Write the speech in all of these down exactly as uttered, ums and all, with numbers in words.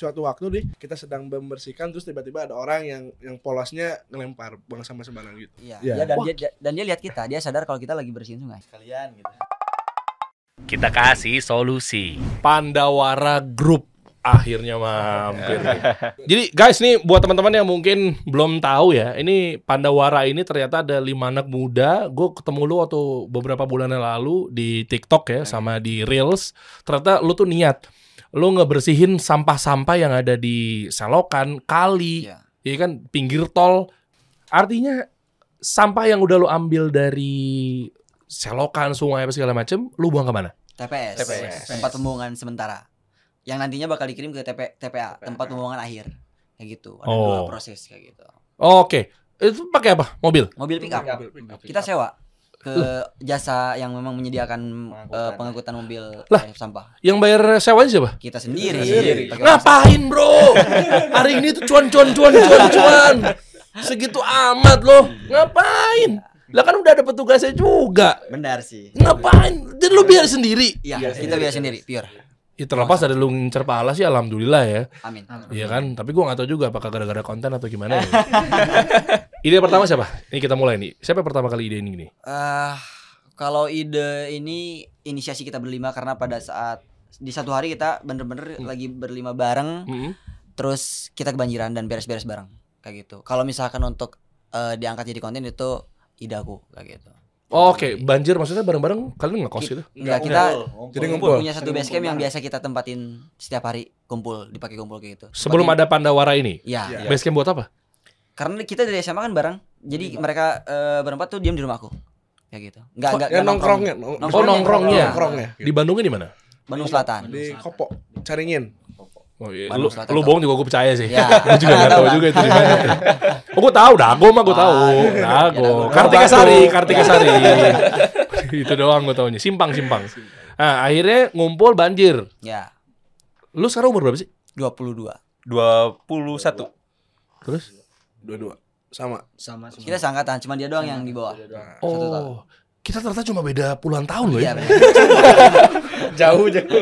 suatu waktu nih kita sedang membersihkan terus tiba-tiba ada orang yang yang polosnya ngelempar buang sampah sembarang gitu. Iya. Iya. Ya, dan dia dan dia lihat kita, dia sadar kalau kita lagi bersihin sungai. Kalian gitu. Kita kasih solusi. Pandawara Group akhirnya mampir. Jadi guys nih buat teman-teman yang mungkin belum tahu ya, ini Pandawara ini ternyata ada lima anak muda. Gue ketemu lu waktu beberapa bulan yang lalu di TikTok ya sama di Reels. Ternyata lu tuh niat lu ngebersihin sampah-sampah yang ada di selokan, kali, Iya. ya kan pinggir tol. Artinya sampah yang udah lu ambil dari selokan, sungai apa segala macem, lu buang kemana? T P S, T P S. tempat pembuangan sementara. Yang nantinya bakal dikirim ke T P, T P A, tempat pembuangan akhir. Kayak gitu. Ada Oh. dua proses kayak gitu. Oke, itu pakai apa? Mobil? Mobil pick up. Kita sewa ke jasa yang memang menyediakan eh, pengangkutan mobil Lah. eh, sampah. Yang bayar sewanya siapa? Kita sendiri. sendiri. Pakai Ngapain bro? Hari ini tuh cuan cuan cuan cuan cuan. Segitu amat loh. Ngapain? Lah kan udah ada petugasnya juga. Benar sih. Ngapain? Jadi lu biar sendiri. Iya, kita biasa sendiri, pure. Ya terlepas ada lu ngincer pahala sih alhamdulillah ya. Amin. Iya kan? Tapi gua gak tahu juga apakah gara-gara konten atau gimana ya. Ide pertama siapa? Ini kita mulai nih. Siapa yang pertama kali ide ini nih? Eh, kalau ide ini inisiasi kita berlima karena pada saat di satu hari kita bener-bener lagi berlima bareng, Mm-hmm. terus kita kebanjiran dan beres-beres bareng kayak gitu. Kalau misalkan untuk eh, diangkat jadi konten itu ide aku kayak gitu. Oh, Oke, banjir maksudnya bareng-bareng kalian ngekos gitu? Enggak, kita Jadi ngumpul. punya satu base camp yang biasa kita tempatin setiap hari kumpul, dipakai kumpul kayak gitu. Sebelum Sebagai- ada Pandawara ini. Iya. Base camp buat apa? Karena kita dari S M A kan bareng. Jadi mereka eh, berempat tuh diam di rumahku. Kayak gitu. Enggak enggak Ya nongkrongnya. Nongkrongnya. Oh nongkrongnya. Nongkrongnya. Di Bandungnya di mana? Bandung Selatan. Di Kopo, Caringin. Oh iya, Bandung lu, Selatan lu tahu. bohong juga gue percaya sih. Ya. Gue juga gak tahu juga itu di mana. Oh gue tahu, Dago mah gue tahu. Ah, Dago. ya, Dago. Kartika Sari, Kartika Sari. Itu doang gue taunya. Simpang, simpang. Nah akhirnya ngumpul banjir. Ya, Lu sekarang umur berapa sih? dua puluh dua. dua puluh satu. Terus? Dua-dua. Sama. Sama Kita seangkatan, cuma dia doang yang di bawah. Satu tahun. Oh, kita ternyata cuma beda puluhan tahun loh Iya, ya. benar. Jauh jauh.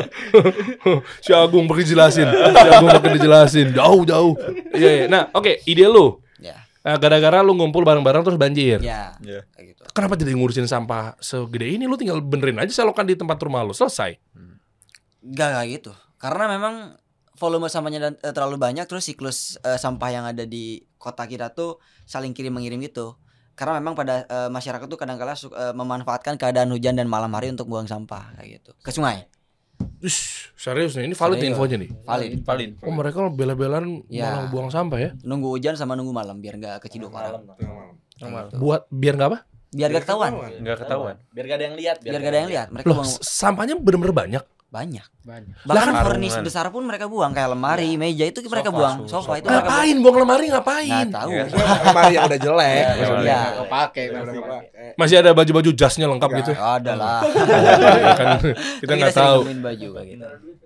Si Agung pakai jelasin. Si Agung pakai dijelasin. Jauh, jauh. Iya, iya. Nah oke, ide lu. Ya. Nah, gara-gara lu ngumpul bareng-bareng terus banjir. Ya. Iya. Kayak gitu. Kenapa jadi ngurusin sampah segede ini? Lu tinggal benerin aja selokan di tempat rumah lu, selesai. Enggak kayak gitu. Karena memang volume sampahnya dan- eh, terlalu banyak, terus siklus eh, sampah yang ada di kota kita tuh saling kirim mengirim gitu. Karena memang pada eh, masyarakat tuh kadang-kala su- eh, memanfaatkan keadaan hujan dan malam hari untuk buang sampah kayak gitu ke sungai. Ish, serius nih, ini valid Serius. infonya nih. Valid. Valid. Oh mereka bela-belaan Ya. malah buang sampah ya? Nunggu hujan sama nunggu malam biar nggak keciduk orang. Kayak gitu. Buat biar nggak apa? Biar gak ketahuan. Enggak ketahuan. Biar gak ada yang lihat. Biar gak ada yang lihat. Mereka Loh, buang s- sampahnya bener-bener banyak. banyak. Banyak. Bahkan Lah, furnish karungan. besar pun mereka buang kayak lemari, meja itu mereka Sofa, buang, sofa. sofa itu mereka buang. Ngapain buang lemari ngapain? Nggak tahu. Iya. Lemari yang udah jelek. Iya. maksudnya. Iya. Kepake Yang udah pasti. kepake. Masih ada baju-baju jasnya lengkap gitu. Ada lah. Ya kan kita nggak sering tahu. nemuin baju kayak gitu.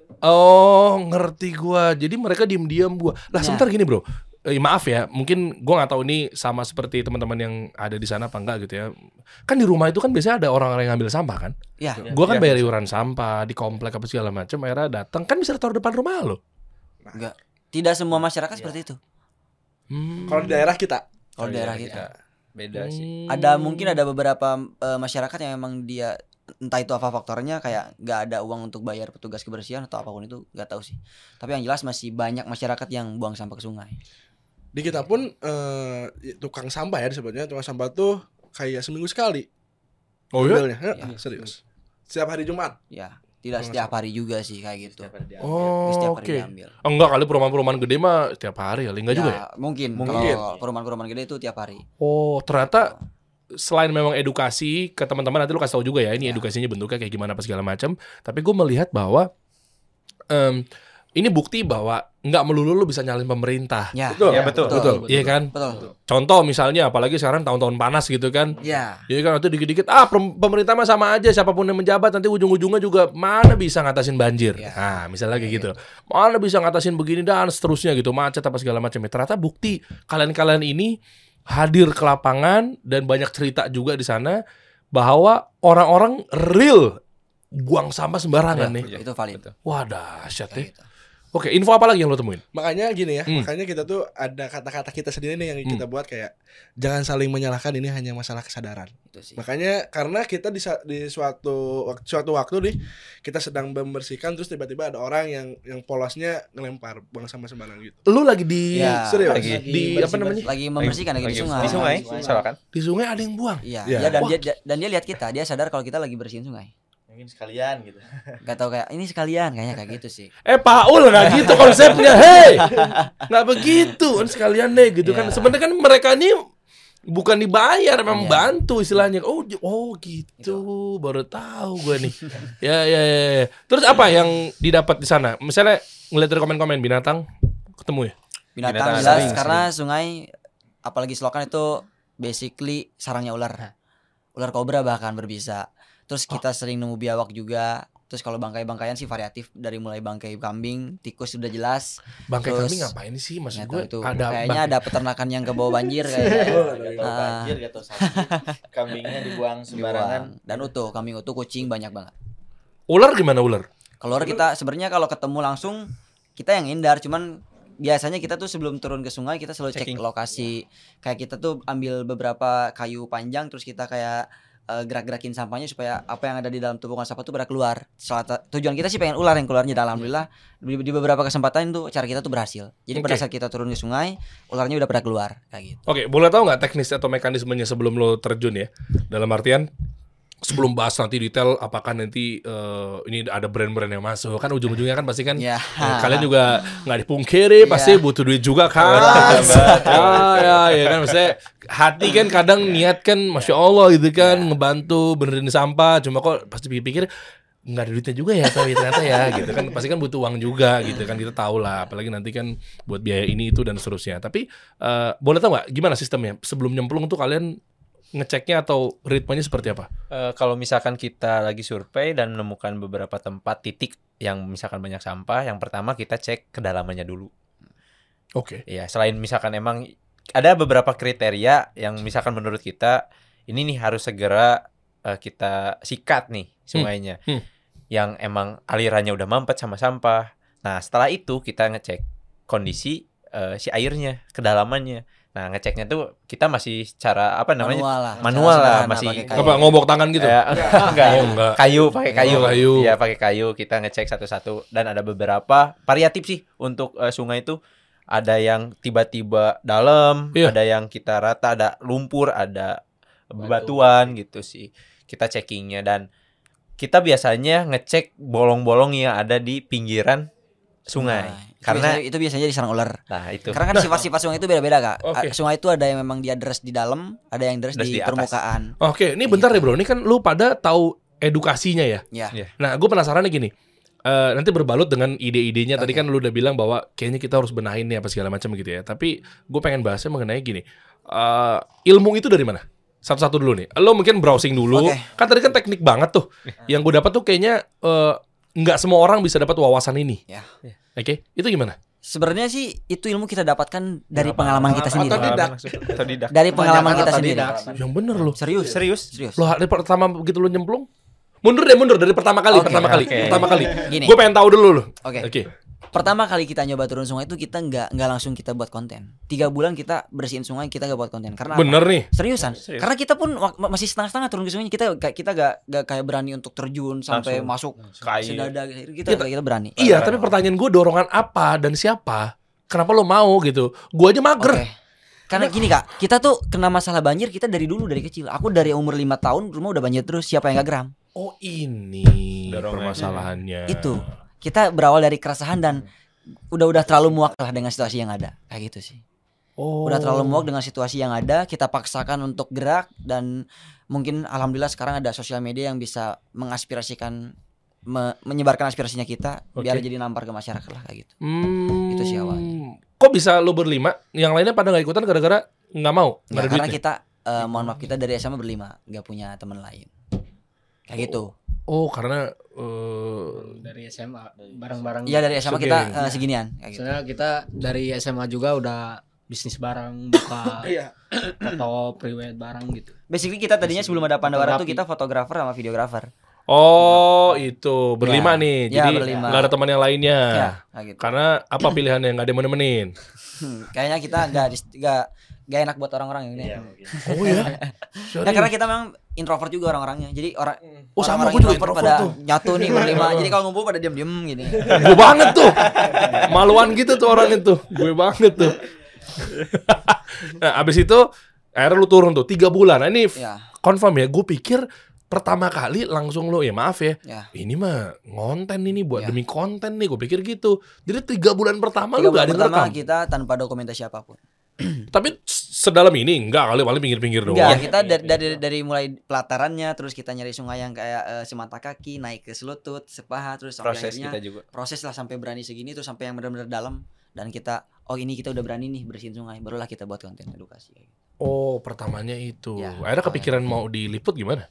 Oh ngerti gua. Jadi mereka diem-diem gua. Lah Ya. sebentar gini bro. Eh, maaf ya, mungkin gua nggak tahu ini sama seperti teman-teman yang ada di sana apa enggak gitu ya. Kan di rumah itu kan biasanya ada orang-orang yang ngambil sampah kan. Ya, Gua kan Iya. bayar iuran sampah di komplek apa segala macam. Akhirnya datang kan bisa taruh depan rumah lo. enggak. Tidak semua masyarakat seperti itu. Hmm. Kalau di daerah kita. Kalau daerah kita. Beda sih. Hmm. Ada mungkin ada beberapa eh, masyarakat yang memang dia entah itu apa faktornya kayak nggak ada uang untuk bayar petugas kebersihan atau apapun itu nggak tahu sih. Tapi yang jelas masih banyak masyarakat yang buang sampah ke sungai. Di kita pun eh, tukang sampah ya disebutnya. Tukang sampah tuh kayak seminggu sekali. Oh ya? Ambilnya. Heeh, serius. Setiap hari Jumat. Ya, tidak Tukang setiap hari juga sih kayak gitu. Oh Setiap oke. hari diambil. Enggak kali perumahan-perumahan gede mah setiap hari kali enggak Ya, juga ya? mungkin. Mungkin. Kalau perumahan-perumahan gede itu tiap hari. Oh ternyata selain memang edukasi ke teman-teman nanti lu kasih tahu juga ya ini Ya. edukasinya bentuknya kayak gimana apa segala macam. Tapi gue melihat bahwa em, ini bukti bahwa nggak melulu lu bisa nyalin pemerintah. Ya, Betul. Ya, betul. Betul, iya kan? Betul. Contoh misalnya, apalagi sekarang tahun-tahun panas gitu kan. Ya. Jadi kan nanti dikit-dikit, ah pem- pemerintah mah sama aja, siapapun yang menjabat nanti ujung-ujungnya juga mana bisa ngatasin banjir. Ya. Nah, misalnya kayak gitu. Mana bisa ngatasin begini dan seterusnya gitu, macet apa segala macam. Ternyata bukti kalian-kalian ini hadir ke lapangan dan banyak cerita juga di sana bahwa orang-orang real buang sampah sembarangan nih. Itu valid. Wah, dahsyat ya. Kayak gitu. Oke, info apa lagi yang lo temuin? Makanya gini ya, Hmm. makanya kita tuh ada kata-kata kita sendiri nih yang Hmm. kita buat kayak jangan saling menyalahkan, ini hanya masalah kesadaran. Itu sih. Makanya karena kita di, sa- di suatu wak- suatu waktu nih kita sedang membersihkan terus tiba-tiba ada orang yang yang polosnya ngelempar buang sampah sembarang gitu. Lu lagi di Ya, Serius? lagi di apa namanya? Lagi membersihkan lagi, di sungai. Di sungai, misalkan. Di sungai ada yang buang. Iya, Iya. dia dan Wah. dia dia- dan dia lihat kita, dia sadar kalau kita lagi bersihin sungai. Mungkin sekalian gitu. Gak tau kayak ini sekalian kayaknya kayak gitu sih. Eh Paul nggak gitu konsepnya, hei nggak begitu kan sekalian deh gitu kan. Iya. Sebenarnya kan mereka ini bukan dibayar, memang Iya. bantu istilahnya. Oh, j- oh gitu, baru tahu gue nih. ya, ya, ya, ya. Terus apa yang didapat di sana? Misalnya ngeliat dari komen-komen binatang, ketemu ya? Binatang, Binatang jelas sering, karena sungai apalagi selokan itu basically sarangnya ular. Ular kobra bahkan berbisa. Terus kita sering nemu biawak juga. Terus kalau bangkai-bangkaian sih variatif dari mulai bangkai kambing, tikus sudah jelas. Bangkai Terus- kambing ngapain sih? Maksud Nggak gue tahu itu. ada Kayaknya bang- ada peternakan yang ke bawah banjir kayaknya. Gak tau Ah. banjir, gak tau sapi. Kambingnya dibuang sembarangan. Dibuang. Dan utuh, kambing utuh, kucing banyak banget. ular gimana ular? Kalau kita sebenarnya kalau ketemu langsung kita yang hindar, cuman biasanya kita tuh sebelum turun ke sungai kita selalu cek Checking. lokasi. Kayak kita tuh ambil beberapa kayu panjang terus kita kayak eh, gerak-gerakin sampahnya supaya apa yang ada di dalam tumpukan sampah tuh pada keluar. Salah ta- tujuan kita sih pengen ular yang keluarnya. Dan alhamdulillah di, di beberapa kesempatan tuh cara kita tuh berhasil. Jadi pada Oke. saat kita turun ke sungai, ularnya udah pada keluar kayak gitu. Oke, boleh tahu nggak teknis atau mekanismenya sebelum lo terjun ya? Dalam artian sebelum bahas nanti detail apakah nanti eh, ini ada brand-brand yang masuk kan ujung-ujungnya kan pasti kan Ya. eh, kalian juga nggak dipungkiri pasti Iya. butuh duit juga kan. ya, ya, ya kan maksudnya hati kan kadang niat kan masya Allah gitu kan ngebantu benerin sampah cuma kok pasti pikir-pikir nggak ada duitnya juga ya tapi ternyata ya gitu kan pasti kan butuh uang juga gitu kan kita tahu lah apalagi nanti kan buat biaya ini itu dan seterusnya tapi eh, boleh tahu nggak gimana sistemnya sebelum nyemplung tuh kalian ngeceknya atau ritmenya seperti apa? Eh, kalau misalkan kita lagi survei dan menemukan beberapa tempat titik yang misalkan banyak sampah, yang pertama kita cek kedalamannya dulu. Oke. Ya, selain misalkan emang ada beberapa kriteria yang misalkan menurut kita ini nih harus segera eh, kita sikat nih sungainya. Hmm. Yang emang alirannya udah mampet sama sampah. Nah, setelah itu kita ngecek kondisi eh, si airnya, kedalamannya. Nah, ngeceknya tuh kita masih secara apa namanya? Manual lah. Manual Cara lah, sederhana masih- pakai kayu. Apa ngobok tangan gitu? Eh, enggak. Oh, enggak. Kayu, pakai kayu. Oh, kayu. Iya, pakai kayu. Kita ngecek satu-satu dan ada beberapa variatif sih untuk eh, sungai itu. Ada yang tiba-tiba dalam, Iya. ada yang kita rata, ada lumpur, ada bebatuan gitu sih. Kita checkingnya dan kita biasanya ngecek bolong-bolong yang ada di pinggiran sungai. Nah, itu Karena biasanya, itu biasanya diserang ular. nah itu Karena kan sifat-sifat sungai itu beda-beda kak. Oke. A- Sungai itu ada yang memang dia deres di dalam, ada yang deres Deres di, di atas. permukaan. Oke, ini bentar ya bro. Ini kan lu pada tahu edukasinya ya. Ya. Iya. Nah, gue penasarannya gini. Eh, nanti berbalut dengan ide-idenya. Tadi Oke. kan lu udah bilang bahwa kayaknya kita harus benahin nih apa segala macam gitu ya. Tapi gue pengen bahasnya mengenai gini. Eh, ilmu itu dari mana? Satu-satu dulu nih. Lo mungkin browsing dulu. Oke. Kan tadi kan teknik banget tuh. Yang gue dapat tuh kayaknya eh, nggak semua orang bisa dapat wawasan ini. Ya. Oke, itu gimana? Sebenarnya sih itu ilmu kita dapatkan dari pengalaman kita sendiri. Otodidak. Otodidak. Dari pengalaman Kebanyakan kita sendiri. otodidak. Yang bener lo. Serius, Serius? serius. Lo hari pertama begitu lo nyemplung? Mundur deh, mundur dari pertama kali, Oke, pertama kali, oke. pertama kali. Gini. Gue pengen tahu dulu lo. Oke. Oke. Pertama kali kita nyoba turun sungai itu kita nggak nggak langsung kita buat konten. Tiga bulan kita bersihin sungai kita nggak buat konten. Karena apa? Bener nih. Seriusan. Serius. Karena kita pun wak- masih setengah-setengah turun ke sungai kita gak, kita gak, gak kayak berani untuk terjun sampai Langsung. masuk Kayak- sedada kita Kita- kita berani. Iya, tapi pertanyaan gue dorongan apa dan siapa? Kenapa lo mau gitu? Gue aja mager. Oke. Karena gini kak, kita tuh kena masalah banjir kita dari dulu dari kecil. Aku dari umur lima tahun rumah udah banjir terus. Siapa yang gak geram? Oh ini Dorongannya. permasalahannya. Itu. Kita berawal dari keresahan dan udah-udah terlalu muak lah dengan situasi yang ada. Kayak gitu sih. Oh. Udah terlalu muak dengan situasi yang ada. Kita paksakan untuk gerak dan mungkin alhamdulillah sekarang ada sosial media yang bisa mengaspirasikan me- menyebarkan aspirasinya kita biar Oke. jadi nampar ke masyarakat lah kayak gitu. Hmm, Itu sih awalnya. Kok bisa lo berlima? Yang lainnya pada nggak ikutan gara-gara nggak mau? Nggak Ya, ada karena duitnya? kita eh, mohon maaf kita dari S M A berlima, nggak punya teman lain. Kayak gitu. Oh karena eh, Dari S M A bareng-bareng. Iya dari S M A kita segeng. eh, seginian kayak gitu. Soalnya kita dari S M A juga udah bisnis bareng, buka Iya. foto private bareng gitu. Basically kita tadinya sebelum ada Pandawara tuh Fotografi. kita fotografer sama videografer. Oh, itu berlima Ya. nih. Ya, Jadi berlima. nggak ada teman yang lainnya. Ya, nah gitu. Karena apa pilihannya nggak ada yang mau nemenin? Hmm, kayaknya kita nggak dis- nggak nggak enak buat orang-orang ini. Oh ya. Nah, karena kita memang introvert juga orang-orangnya. Jadi orang Oh, sama, orang-orang gua juga introvert introvert pada tuh. nyatu nih berlima. Jadi kalau ngumpul pada diam-diam gini. Gue banget tuh. Maluan gitu tuh orang itu. Gue banget tuh. Nah, abis itu akhirnya lu turun tuh tiga bulan. Nah, ini f- Ya, confirm ya. Gue pikir pertama kali langsung lo ya maaf ya. ya. Ini mah ngonten ini buat Ya. demi konten nih. Gue pikir gitu. Jadi tiga bulan pertama Tiga lu gak bulan ada yang pertama rekam. kita tanpa dokumentasi apapun. Tapi s- sedalam ini enggak kali paling pinggir-pinggir doang. Enggak, kita dari, dari dari mulai pelatarannya, terus kita nyari sungai yang kayak eh, semata kaki, naik ke selutut, sepaha, terus sampai Proses akhirnya kita juga. proses lah sampai berani segini, terus sampai yang benar-benar dalam dan kita oh ini kita udah berani nih bersihin sungai, barulah kita buat konten edukasi. Oh, pertamanya itu. Ya, Akhirnya kepikiran mau diliput gimana?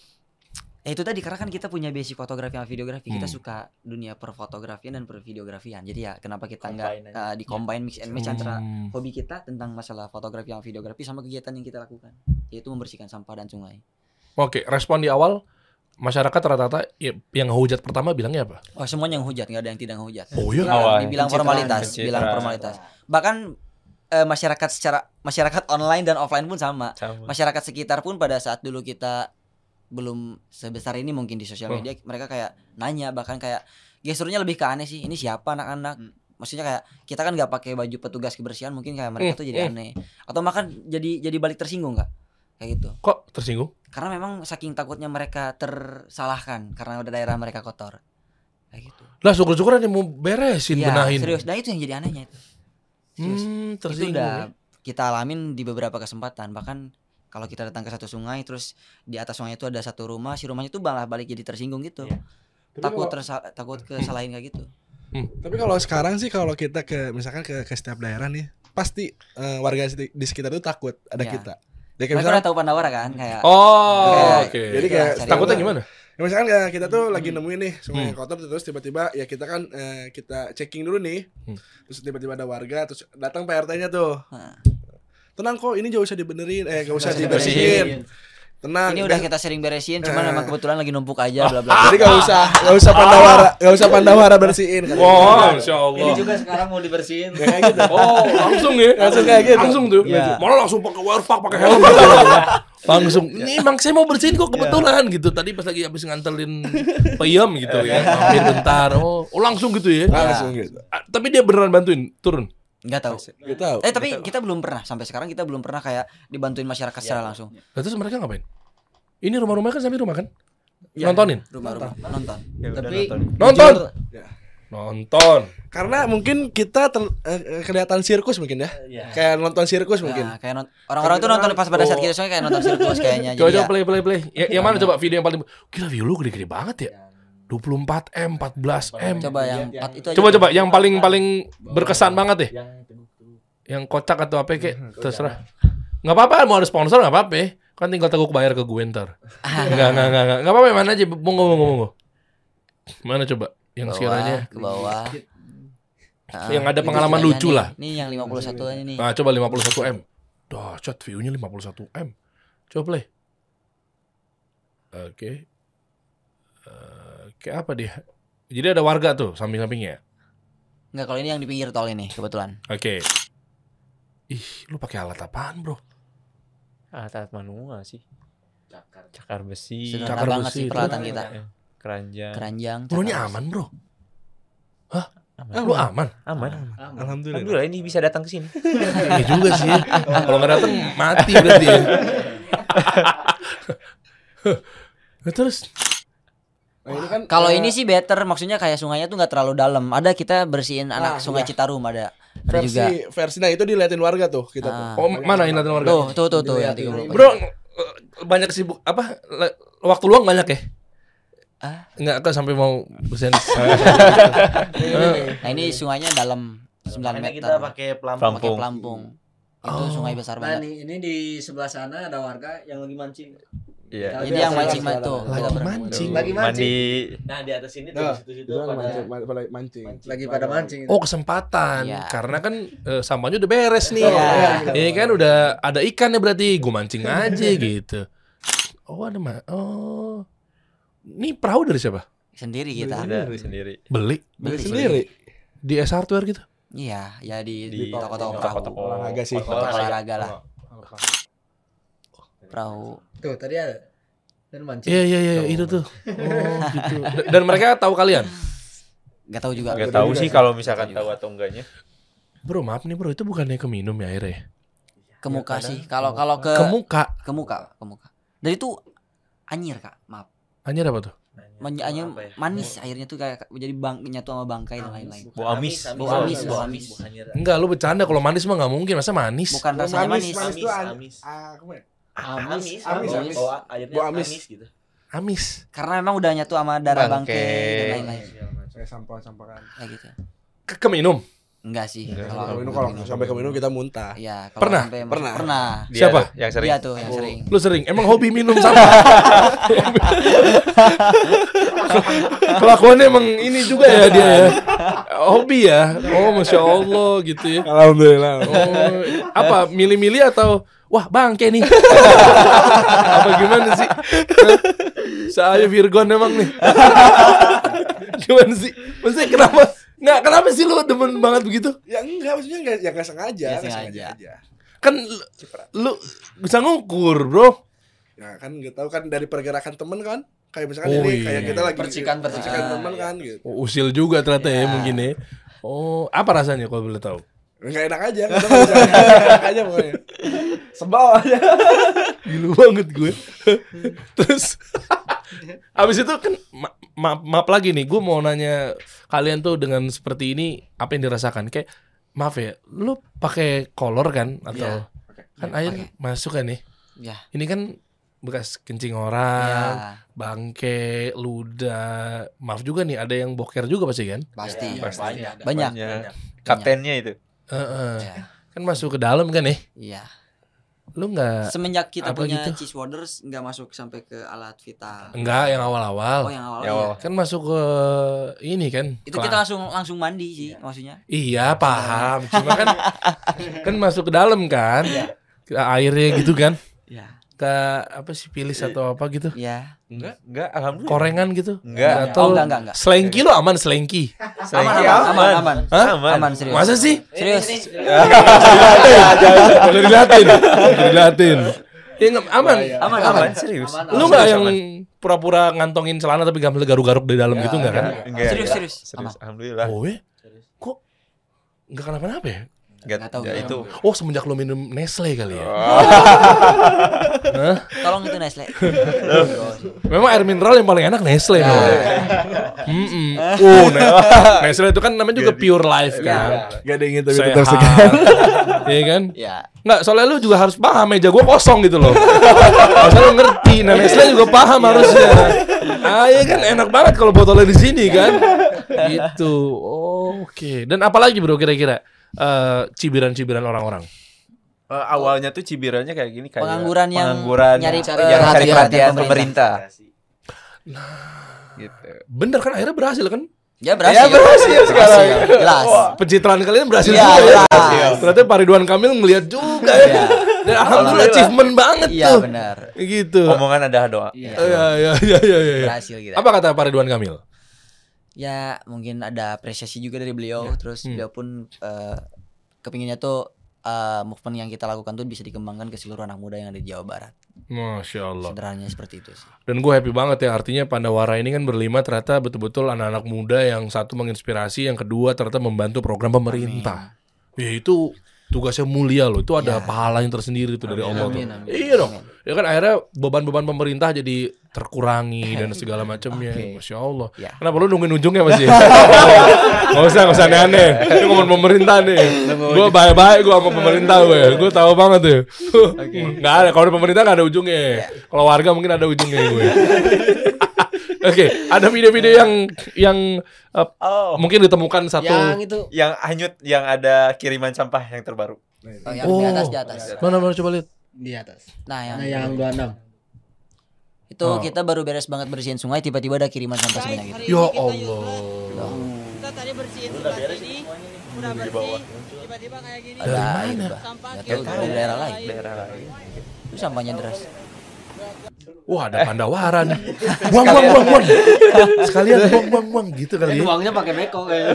Ya itu tadi karena kan kita punya basic fotografi sama videografi, kita Hmm. suka dunia perfotografian dan pervideografian. Jadi ya kenapa kita nggak Combine aja. uh, di combine mix and match antara Hmm. hobi kita tentang masalah fotografi sama videografi sama kegiatan yang kita lakukan, yaitu membersihkan sampah dan sungai. Oke, respon di awal masyarakat rata-rata ya, yang hujat pertama bilangnya apa? Oh semuanya yang hujat, nggak ada yang tidak hujat. Oh iya. Bilang- Awal. dibilang Pencitraan, formalitas, pencitraan. bilang formalitas. Bahkan eh, masyarakat secara masyarakat online dan offline pun sama. Sama. Masyarakat sekitar pun pada saat dulu kita belum sebesar ini mungkin di sosial Oh. media, mereka kayak nanya, bahkan kayak gesturnya lebih ke aneh sih. Ini siapa anak-anak? Maksudnya kayak kita kan nggak pakai baju petugas kebersihan, mungkin kayak mereka Hmm, tuh jadi hmm. aneh. Atau makan jadi jadi balik tersinggung nggak? Kayak gitu. Kok tersinggung? Karena memang saking takutnya mereka tersalahkan karena udah daerah mereka kotor. Kayak gitu. Lah syukur-syukur ada yang mau beresin, Iya, benahin. serius. Nah itu yang jadi anehnya itu. Serius. Hmm, Itu tersinggung. udah ya. kita alamin di beberapa kesempatan. Bahkan kalau kita datang ke satu sungai, terus di atas sungai itu ada satu rumah, si rumahnya tuh malah balik jadi tersinggung gitu. Tapi Takut kalau- tersa- takut kesalahin kayak gitu. Tapi kalau sekarang sih kalau kita ke misalkan ke, ke setiap daerah nih, pasti eh, warga di, di sekitar itu takut ada Ya. kita. Jadi kayak Mereka misalkan, udah tahu Pandawara kan kayak Oh, Kayak- oke. jadi kayak Cari Takutnya tahu. gimana? ya misalkan kayak kita tuh lagi nemuin nih sungai Hmm. yang kotor terus tiba-tiba ya kita kan eh, kita checking dulu nih. Hmm. Terus tiba-tiba ada warga terus datang P R T-nya tuh. Nah. Tenang kok, ini gak usah dibenerin, eh gak usah Nggak usah dibersihin. Tenang. ini udah dan- kita sering beresin, cuman Eh. memang kebetulan lagi numpuk aja bla bla. Jadi gak usah, gak usah Pandawara, gak usah Pandawara bersihin. katanya. Wah, Masya Allah. Ini juga sekarang mau dibersihin. Kayak gitu. Oh, langsung ya? Langsung kayak gitu. Langsung tuh. Iya. Malah langsung pakai warpak, pakai helm gitu. Langsung. Ini emang saya mau bersihin kok kebetulan gitu. Tadi pas lagi habis nganterin peyem gitu ya. Mampir bentar. Oh, oh langsung gitu ya. Langsung gitu. Ah, tapi dia beneran bantuin turun. Enggak tahu. Gak tahu. Eh tapi kita belum pernah sampai sekarang kita belum pernah kayak dibantuin masyarakat secara langsung. Lah terus mereka ngapain? Ini rumah-rumah kan sampai rumah kan? Iya. Nontonin. Rumah-rumah nonton. Tapi Nonton. jujur, Nonton. Karena mungkin kita tel- eh, kelihatan sirkus mungkin ya. Kayak nonton sirkus mungkin. Nah, kayak non- orang-orang tuh nonton pas pada saat kita sungai kayak nonton sirkus kayaknya. Coba Jadi coba ya, play play play. Ya, yang mana coba video yang paling gila view lu gede-gede banget ya. dua puluh empat M, empat belas M. coba yang empat itu aja. Coba tuh. coba yang paling paling berkesan banget deh. Yang kocak atau apa kayak terserah. Enggak apa-apa mau ada sponsor enggak apa-apa. Kan tinggal teguk bayar ke gue ntar. Enggak enggak enggak enggak. Enggak apa-apa mana aja monggo monggo monggo. Mana coba yang Bawah, sekiranya ke bawah. Ah, yang ada ini pengalaman istilahnya lucu nih. lah. Ini yang lima puluh satu aja nih. Nah, coba lima puluh satu M. Dahsyat view-nya lima puluh satu M. Coba play. Oke. Oke, apa dia? Jadi ada warga tuh samping-sampingnya. Enggak, kalau ini yang di pinggir tol ini kebetulan. Oke. Ih, lu pakai alat apaan, Bro? Alat manual sih. Cakar besi. Sederhana Cakar banget besi sih itu. peralatan kita. Eh, Keranjang. Keranjang. Bro, ini cakar aman, Bro. Aman. Lu aman? Aman. Alhamdulillah. Alhamdulillah ini bisa datang ke sini. Iya juga sih. Ya. Kalau nggak datang mati berarti ya. Nah, terus Nah, ini kan Kalau eh, ini sih better, maksudnya kayak sungainya tuh nggak terlalu dalam. Ada kita bersihin Nah, anak sungai iya. Citarum ada. Ada versi juga. versi nah itu diliatin warga tuh kita tuh. Ah. oh mana ini warga? Tuh, tuh, tuh, tuh yang tiga puluh. Bro, eh, banyak sibuk apa? le- Waktu luang banyak ya? Ah. Enggak kan sampai mau bersen. Nah, ini sungainya dalam sembilan makanya meter. kita pakai pelampung. pakai Pelampung. pelampung. Itu Oh. sungai besar Nah, banget. nih, ini di sebelah sana ada warga yang lagi mancing. Iya. Jadi yang mancing mah tuh. Lagi kita berani. mancing. Lagi mancing. Mandi. Nah, di atas ini tuh Nah, di situ-situ itu kan pada mancing, ma- pada mancing. lagi pada mancing. Oh kesempatan, Iya. karena kan eh, sampahnya udah beres nih, Iya. Iya kan udah ada ikan ya berarti, gue mancing aja gitu. Oh ada mah, oh, Ini perahu dari siapa? Sendiri kita. Dari sendiri. Beli Beli Beli. sendiri. di S Hardware gitu. Iya, ya di, Di di toko-toko perahu. toko-toko olahraga sih. Toko olahraga lah. Perahu. Tuh tadi ada. Dan mancing. Iya iya iya itu tuh. Oh gitu. D- Dan mereka tahu kalian? Gak tahu juga. Gak tahu sih kalau misalkan tahu atau enggaknya. Bro maaf nih bro, itu bukannya keminum ya airnya? Ke muka sih. Kalau kalau ke Ke muka. ke muka, ke muka. Dan itu anyir, Kak. Maaf. Anjir apa tuh? Men- anyir manis airnya tuh kayak jadi bang nyatu sama bangkai dan lain-lain. Bau amis. Bau amis, bau amis. Enggak, lu bercanda, kalau manis mah nggak mungkin, masa manis? Bukan rasanya manis. Manis tuh an- amis. ah, apa ya? Amis, Amis, bau- amis. bau airnya Bau amis. amis gitu. Amis. Karena memang udah nyatu sama darah Bangkai. bangkai dan lain-lain. Kayak sampah-sampahan. Kayak gitu. Ke, ke minum. Enggak sih. Kalau minum kalau sampai ke minum kita muntah. Iya, kalau Pernah? sampai Pernah. Pernah. Dia Siapa? tuh yang sering. Dia tuh yang sering. Lu sering. Emang hobi minum sampah. Kelakuannya emang ini juga ya dia ya. Hobi ya. Oh, Masya Allah gitu ya. Alhamdulillah. Oh, apa milih-milih atau wah bangke nih? Apa gimana sih? Hah? Saya Virgon emang nih. Gimana sih? Maksudnya kenapa? Nggak, kenapa sih lu demen banget begitu? Ya enggak, maksudnya enggak, ya enggak sengaja, Ya, nggak sengaja. aja. Kan lu, lu bisa ngukur, bro. Ya kan enggak tahu kan dari pergerakan temen kan. Kayak misalkan Oh, ini iya. kayak kita lagi Percikan-percikan. percikan temen kan gitu. Oh, usil juga ternyata ya, Ya. mungkin ya. Oh, apa rasanya kalau boleh tahu? Enggak enak aja, enggak tahu bisa enak aja pokoknya. Sebal aja. Gilu banget gue. Terus habis itu kan ma- ma- maaf lagi nih, gue mau nanya kalian tuh dengan seperti ini apa yang dirasakan? Kayak maaf ya, lu pakai kolor kan atau kan Iya, air pakai. masuk kan nih? Ya. Ini kan bekas kencing orang, Ya, bangke, ludah. Maaf juga nih, ada yang boker juga pasti kan? pasti. Pasti. Banyak. Banyak. Kaptennya itu. Heeh. Ya. Kan masuk ke dalam kan nih? Iya. Lu nggak Semenjak kita apa punya gitu? cheese waters nggak masuk sampai ke alat vital. enggak yang awal-awal. Oh, yang awal Ya, iya. awal. Kan masuk ke ini kan? Itu ke- kita langsung langsung mandi sih maksudnya. Iya paham, cuma kan kan masuk ke dalam kan, ke airnya gitu kan, Iya. ke apa sih pilis atau apa gitu, Iya. Enggak, enggak, alhamdulillah. korengan gitu, Enggak. atau Oh, enggak, enggak, enggak. selengki lo aman selengki, Aman, aman, aman, aman. hah? Aman, serius. Masa sih? Serius. Udah diliatin, udah diliatin, ya nggak aman, Aman, Aman, aman. serius. lu nggak yang pura-pura ngantongin celana tapi gambar garuk-garuk di dalam gitu nggak kan? Enggak. Serius, enggak. serius. Serius, Aman. alhamdulillah. Oh ya, kok nggak kenapa-napa ya? Enggak Nggak tahu, ya, nggak itu. Oh semenjak lo minum Nestle kali ya? Tolong itu Nestle. Memang air mineral yang paling enak Nestle bro. Mm-mm. Oh, Ne- Nestle itu kan namanya juga pure life kan. Enggak ada yang gitu Sehat. tetap segar. Iya kan? Ya. Nggak, soalnya lu juga harus paham meja gua kosong gitu loh. Harusnya lu ngerti. Nah, Nestle juga paham harusnya. Ah, iya kan enak banget kalau botolnya di sini kan. Gitu. Oh, oke. Dan apalagi bro kira-kira eh, cibiran-cibiran orang-orang? Eh, awalnya tuh cibirannya kayak gini kayak Pengangguran yang pengangguran nyari, yang eh, yang cari perhatian perhatian pemerintah. pemerintah. Gitu. Bener kan akhirnya berhasil kan? Ya berhasil. Ya, berhasil sekarang. Jelas. Pencitraan kalian berhasil Iya, juga ya. jelas. Ternyata Pak Ridwan Kamil ngelihat juga ya. Iya. Dan alhamdulillah achievement banget Iya, tuh. benar. Gitu. Omongan ada doa. Iya. Iya, iya, iya, iya, iya. Berhasil kita. Apa kata Pak Ridwan Kamil? Ya mungkin ada apresiasi juga dari beliau. Terus Hmm. beliau pun eh, kepinginnya tuh eh, movement yang kita lakukan tuh bisa dikembangkan ke seluruh anak muda yang ada di Jawa Barat. Masya Allah. Sederhananya seperti itu sih. Dan gue happy banget ya, artinya Pandawara ini kan berlima ternyata betul-betul anak-anak muda yang satu menginspirasi, yang kedua ternyata membantu program pemerintah. Ya itu tugasnya mulia loh, itu ada Ya. pahala yang tersendiri itu dari Allah tuh. Amin, amin. Iya dong. Ya kan akhirnya beban-beban pemerintah jadi terkurangi dan segala macamnya. Oke. Masya Allah. Ya. Kenapa lu nungguin ujungnya masih? Gak usah, gak usah aneh-aneh. Ini ngomong pemerintah nih. Gue baik-baik gue sama pemerintah gue. Gue tahu banget tuh. Gak ada, kalau di pemerintah gak ada ujungnya. Kalau warga mungkin ada ujungnya gue. Oke, ada video-video yang yang uh, Oh, mungkin ditemukan satu. Yang itu yang hanyut yang ada kiriman sampah yang terbaru. Oh, yang di atas di atas. Mana mana coba lihat. di atas. Nah, yang, Nah, yang dua puluh enam. itu Oh. kita baru beres banget bersihin sungai tiba-tiba ada kiriman sampah sebanyak itu. Ya Allah. Kita tadi bersihin sebelah sini, udah bersih, tiba-tiba kayak gini. Ada air, Mbak. Sampah Nggak tahu dari daerah lain. Daerah lain. Itu sampahnya deras. Wah, ada Pandawara nih. Buang, buang, buang, buang. Sekalian buang, buang, buang gitu kali ya. Uangnya pakai beko kayaknya.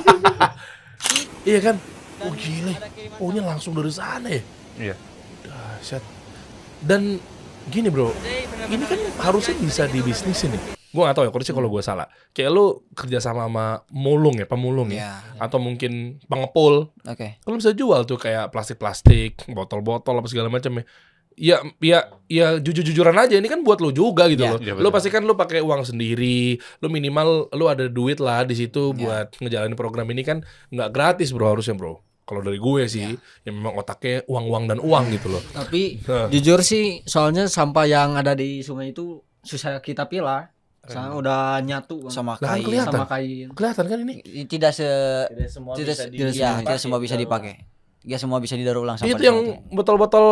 Iya kan? Oh gile. Oh ini langsung dari sana ya. Iya. Dahsyat. Dan gini bro, ini kan harusnya bisa dibisnisin nih. Gue gak tau ya, kalau gue salah. Kayak lu kerja sama sama mulung ya, pemulung ya, Ya. atau mungkin pengepul. Oke. Kalau bisa jual tuh kayak plastik-plastik, botol-botol apa segala macam ya. Ya, ya, ya jujur-jujuran aja. Ini kan buat lu juga gitu Ya, loh. ya, Lu betul. pasti kan lu pakai uang sendiri. Lu minimal lu ada duit lah di situ buat ngejalanin program ini kan nggak gratis bro harusnya bro. Kalau dari gue sih, ya memang otaknya uang-uang dan uang gitu loh. Tapi Hah. jujur sih soalnya sampah yang ada di sungai itu susah kita pilah. Soalnya udah nyatu Bang. Sama Lah, kan kain. kelihatan. sama kain. Kelihatan kan ini? Tidak se Tidak semua tidak, bisa se- di- tidak, bisa tidak semua bisa dipakai. Tidak semua bisa didaur ulang Itu sampah. yang botol-botol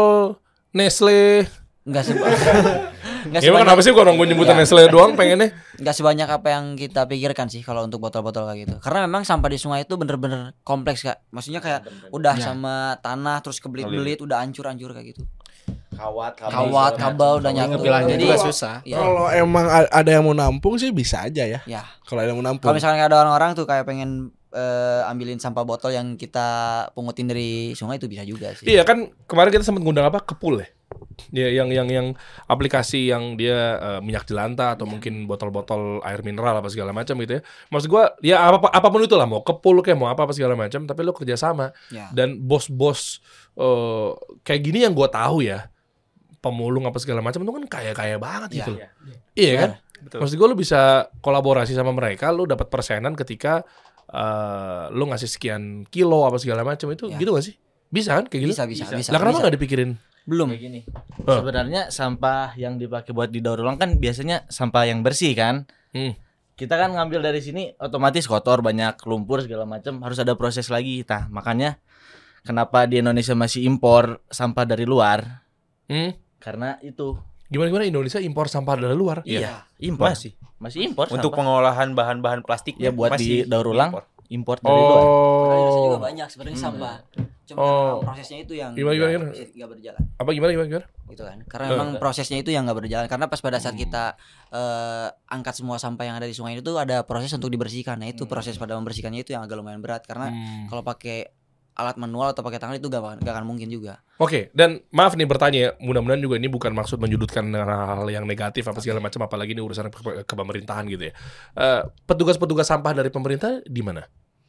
Nestle. enggak sebanyak enggak Ya emang sebanyak kenapa sih orang gue nyebutin Iya. Nestle doang pengennya? enggak sebanyak apa yang kita pikirkan sih kalau untuk botol-botol kayak gitu. Karena memang sampah di sungai itu bener-bener kompleks Kak. Maksudnya kayak udah Ya. sama tanah terus kebelit-belit udah hancur-hancur kayak gitu. Kawat, Kawat, kabel udah nyatu. Ngepilahnya Jadi juga susah. ya, Kalau emang a- ada yang mau nampung sih bisa aja ya. ya. Kalau ada yang mau nampung. Kalau misalnya ada orang-orang tuh kayak pengen eh, ambilin sampah botol yang kita pungutin dari sungai itu bisa juga sih. Iya kan kemarin kita sempat ngundang apa Kepul ya. Ya yang yang yang aplikasi yang dia eh, minyak jelantah atau mungkin botol-botol air mineral apa segala macam gitu ya. Maksud gua ya apa apapun itu lah mau Kepul kayak mau apa apa segala macam tapi lo kerja sama. Ya. Dan bos-bos eh, kayak gini yang gua tahu ya pemulung apa segala macam itu kan kaya-kaya banget gitu loh. Iya kan? Betul. Maksud gue lu bisa kolaborasi sama mereka, lu dapat persenan ketika uh, lu ngasih sekian kilo apa segala macam itu Ya. gitu gak sih? Bisa kan kayak gitu? Bisa, bisa, bisa. Lah kenapa bisa. nggak dipikirin? Belum. Kayak gini. Oh. Sebenarnya sampah yang dipakai buat didaur ulang kan biasanya sampah yang bersih kan. Hmm. Kita kan ngambil dari sini otomatis kotor, banyak lumpur segala macam, harus ada proses lagi. Nah, makanya kenapa di Indonesia masih impor sampah dari luar? Hmm? Karena itu. Gimana gimana Indonesia impor sampah dari luar? Iya, impor. Masih. Masih impor Untuk sampah. pengolahan bahan-bahan plastik Ya buat masih didaur ulang, impor. impor dari luar. Indonesia juga Oh. banyak sebenarnya sampah. Cuma Oh. memang prosesnya itu yang Gimana, gimana, gimana? nggak- nggak berjalan Apa gimana gimana gimana? gitu kan. Karena Eh. memang prosesnya itu yang nggak berjalan. Karena pas pada saat kita eh, angkat semua sampah yang ada di sungai itu ada proses untuk dibersihkan. Nah itu proses pada membersihkannya itu yang agak lumayan berat karena Hmm. kalau pakai alat manual atau pakai tangan itu gak, bakalan- gak akan mungkin juga. Oke, dan maaf nih bertanya ya, mudah-mudahan juga ini bukan maksud menyudutkan hal-hal yang negatif apa segala macam, apalagi ini urusan ke, ke pemerintahan gitu ya. Eh, petugas-petugas sampah dari pemerintah di mana?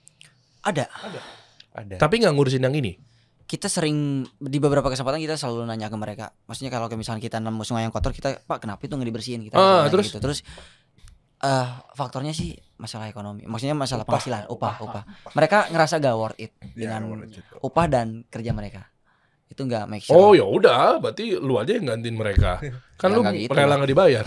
Ada. Ada. Tapi nggak ngurusin yang ini. Kita sering di beberapa kesempatan kita selalu nanya ke mereka. Maksudnya kalau kayak misalnya kita nemu sungai yang kotor, kita Pak kenapa itu nggak dibersihin? Kita Ah, nanya terus? gitu. Terus eh faktornya sih masalah ekonomi. Maksudnya masalah penghasilan, upah, upah. Mereka ngerasa gak worth it dengan upah dan kerja mereka. Itu nggak make sure. Oh ya udah, berarti lu aja yang gantiin mereka. Kan Ya, lu nggak gitu rela lah. nggak dibayar.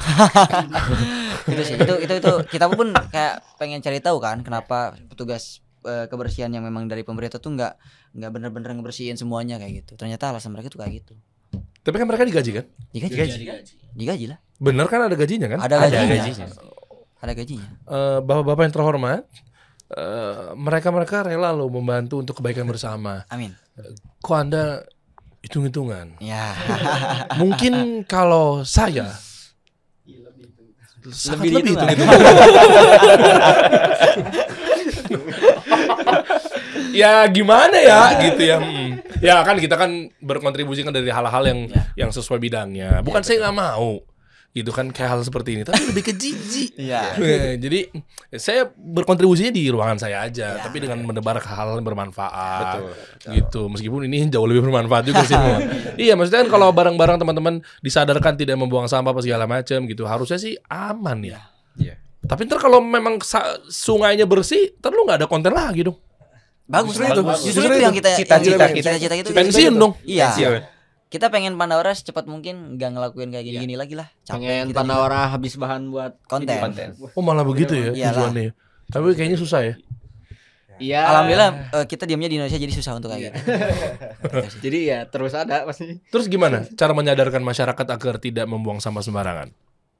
Itu sih. Itu itu itu kita pun kayak pengen cari tahu kan kenapa petugas eh, kebersihan yang memang dari pemerintah tuh nggak nggak bener-bener ngebersihin semuanya kayak gitu. Ternyata alasan mereka tuh kayak gitu. Tapi kan mereka digaji kan? Digaji. Digaji lah. Bener kan ada gajinya kan? Ada Ada gajinya. gajinya. Ada gajinya. Eh, bapak-bapak yang terhormat, eh, mereka-mereka rela loh membantu untuk kebaikan bersama. Amin. Kok Anda hitung-hitungan? Ya. Mungkin kalau saya sangat Lebih lebih hitungan. hitung-hitungan. Ya gimana ya gitu ya. Hmm. Ya kan kita kan berkontribusi kan dari hal-hal yang yang sesuai bidangnya. Bukan saya nggak mau gitu kan kayak hal seperti ini, tapi lebih ke jijik. Iya. Eh, Jadi saya berkontribusinya di ruangan saya aja, Ya. tapi dengan menebar hal-hal yang bermanfaat. Betul. Gitu. Meskipun ini jauh lebih bermanfaat juga sih. Mo. Iya, maksudnya kan kalau bareng-bareng teman-teman disadarkan tidak membuang sampah apa segala macam gitu, harusnya sih aman ya. Iya. Tapi ntar kalau memang sa- sungainya bersih, ntar lu nggak ada konten lagi dong. Bagus Justru lah. itu, Justru, justru itu itu. yang kita Cita-cita yang kita. cita-cita itu. Pensiun dong. Iya. Pensiun. Kita pengen Pandawara secepat mungkin nggak ngelakuin kayak gini-gini lagi lah. Capek Pengen kita juga. Pandawara habis bahan buat konten. Konten. Oh malah begitu ya Iyalah. tujuannya. Tapi kayaknya susah ya. Iya. Alhamdulillah eh, kita diamnya di Indonesia jadi susah untuk kayak gitu. Jadi ya terus ada pasti. Terus gimana cara menyadarkan masyarakat agar tidak membuang sampah sembarangan?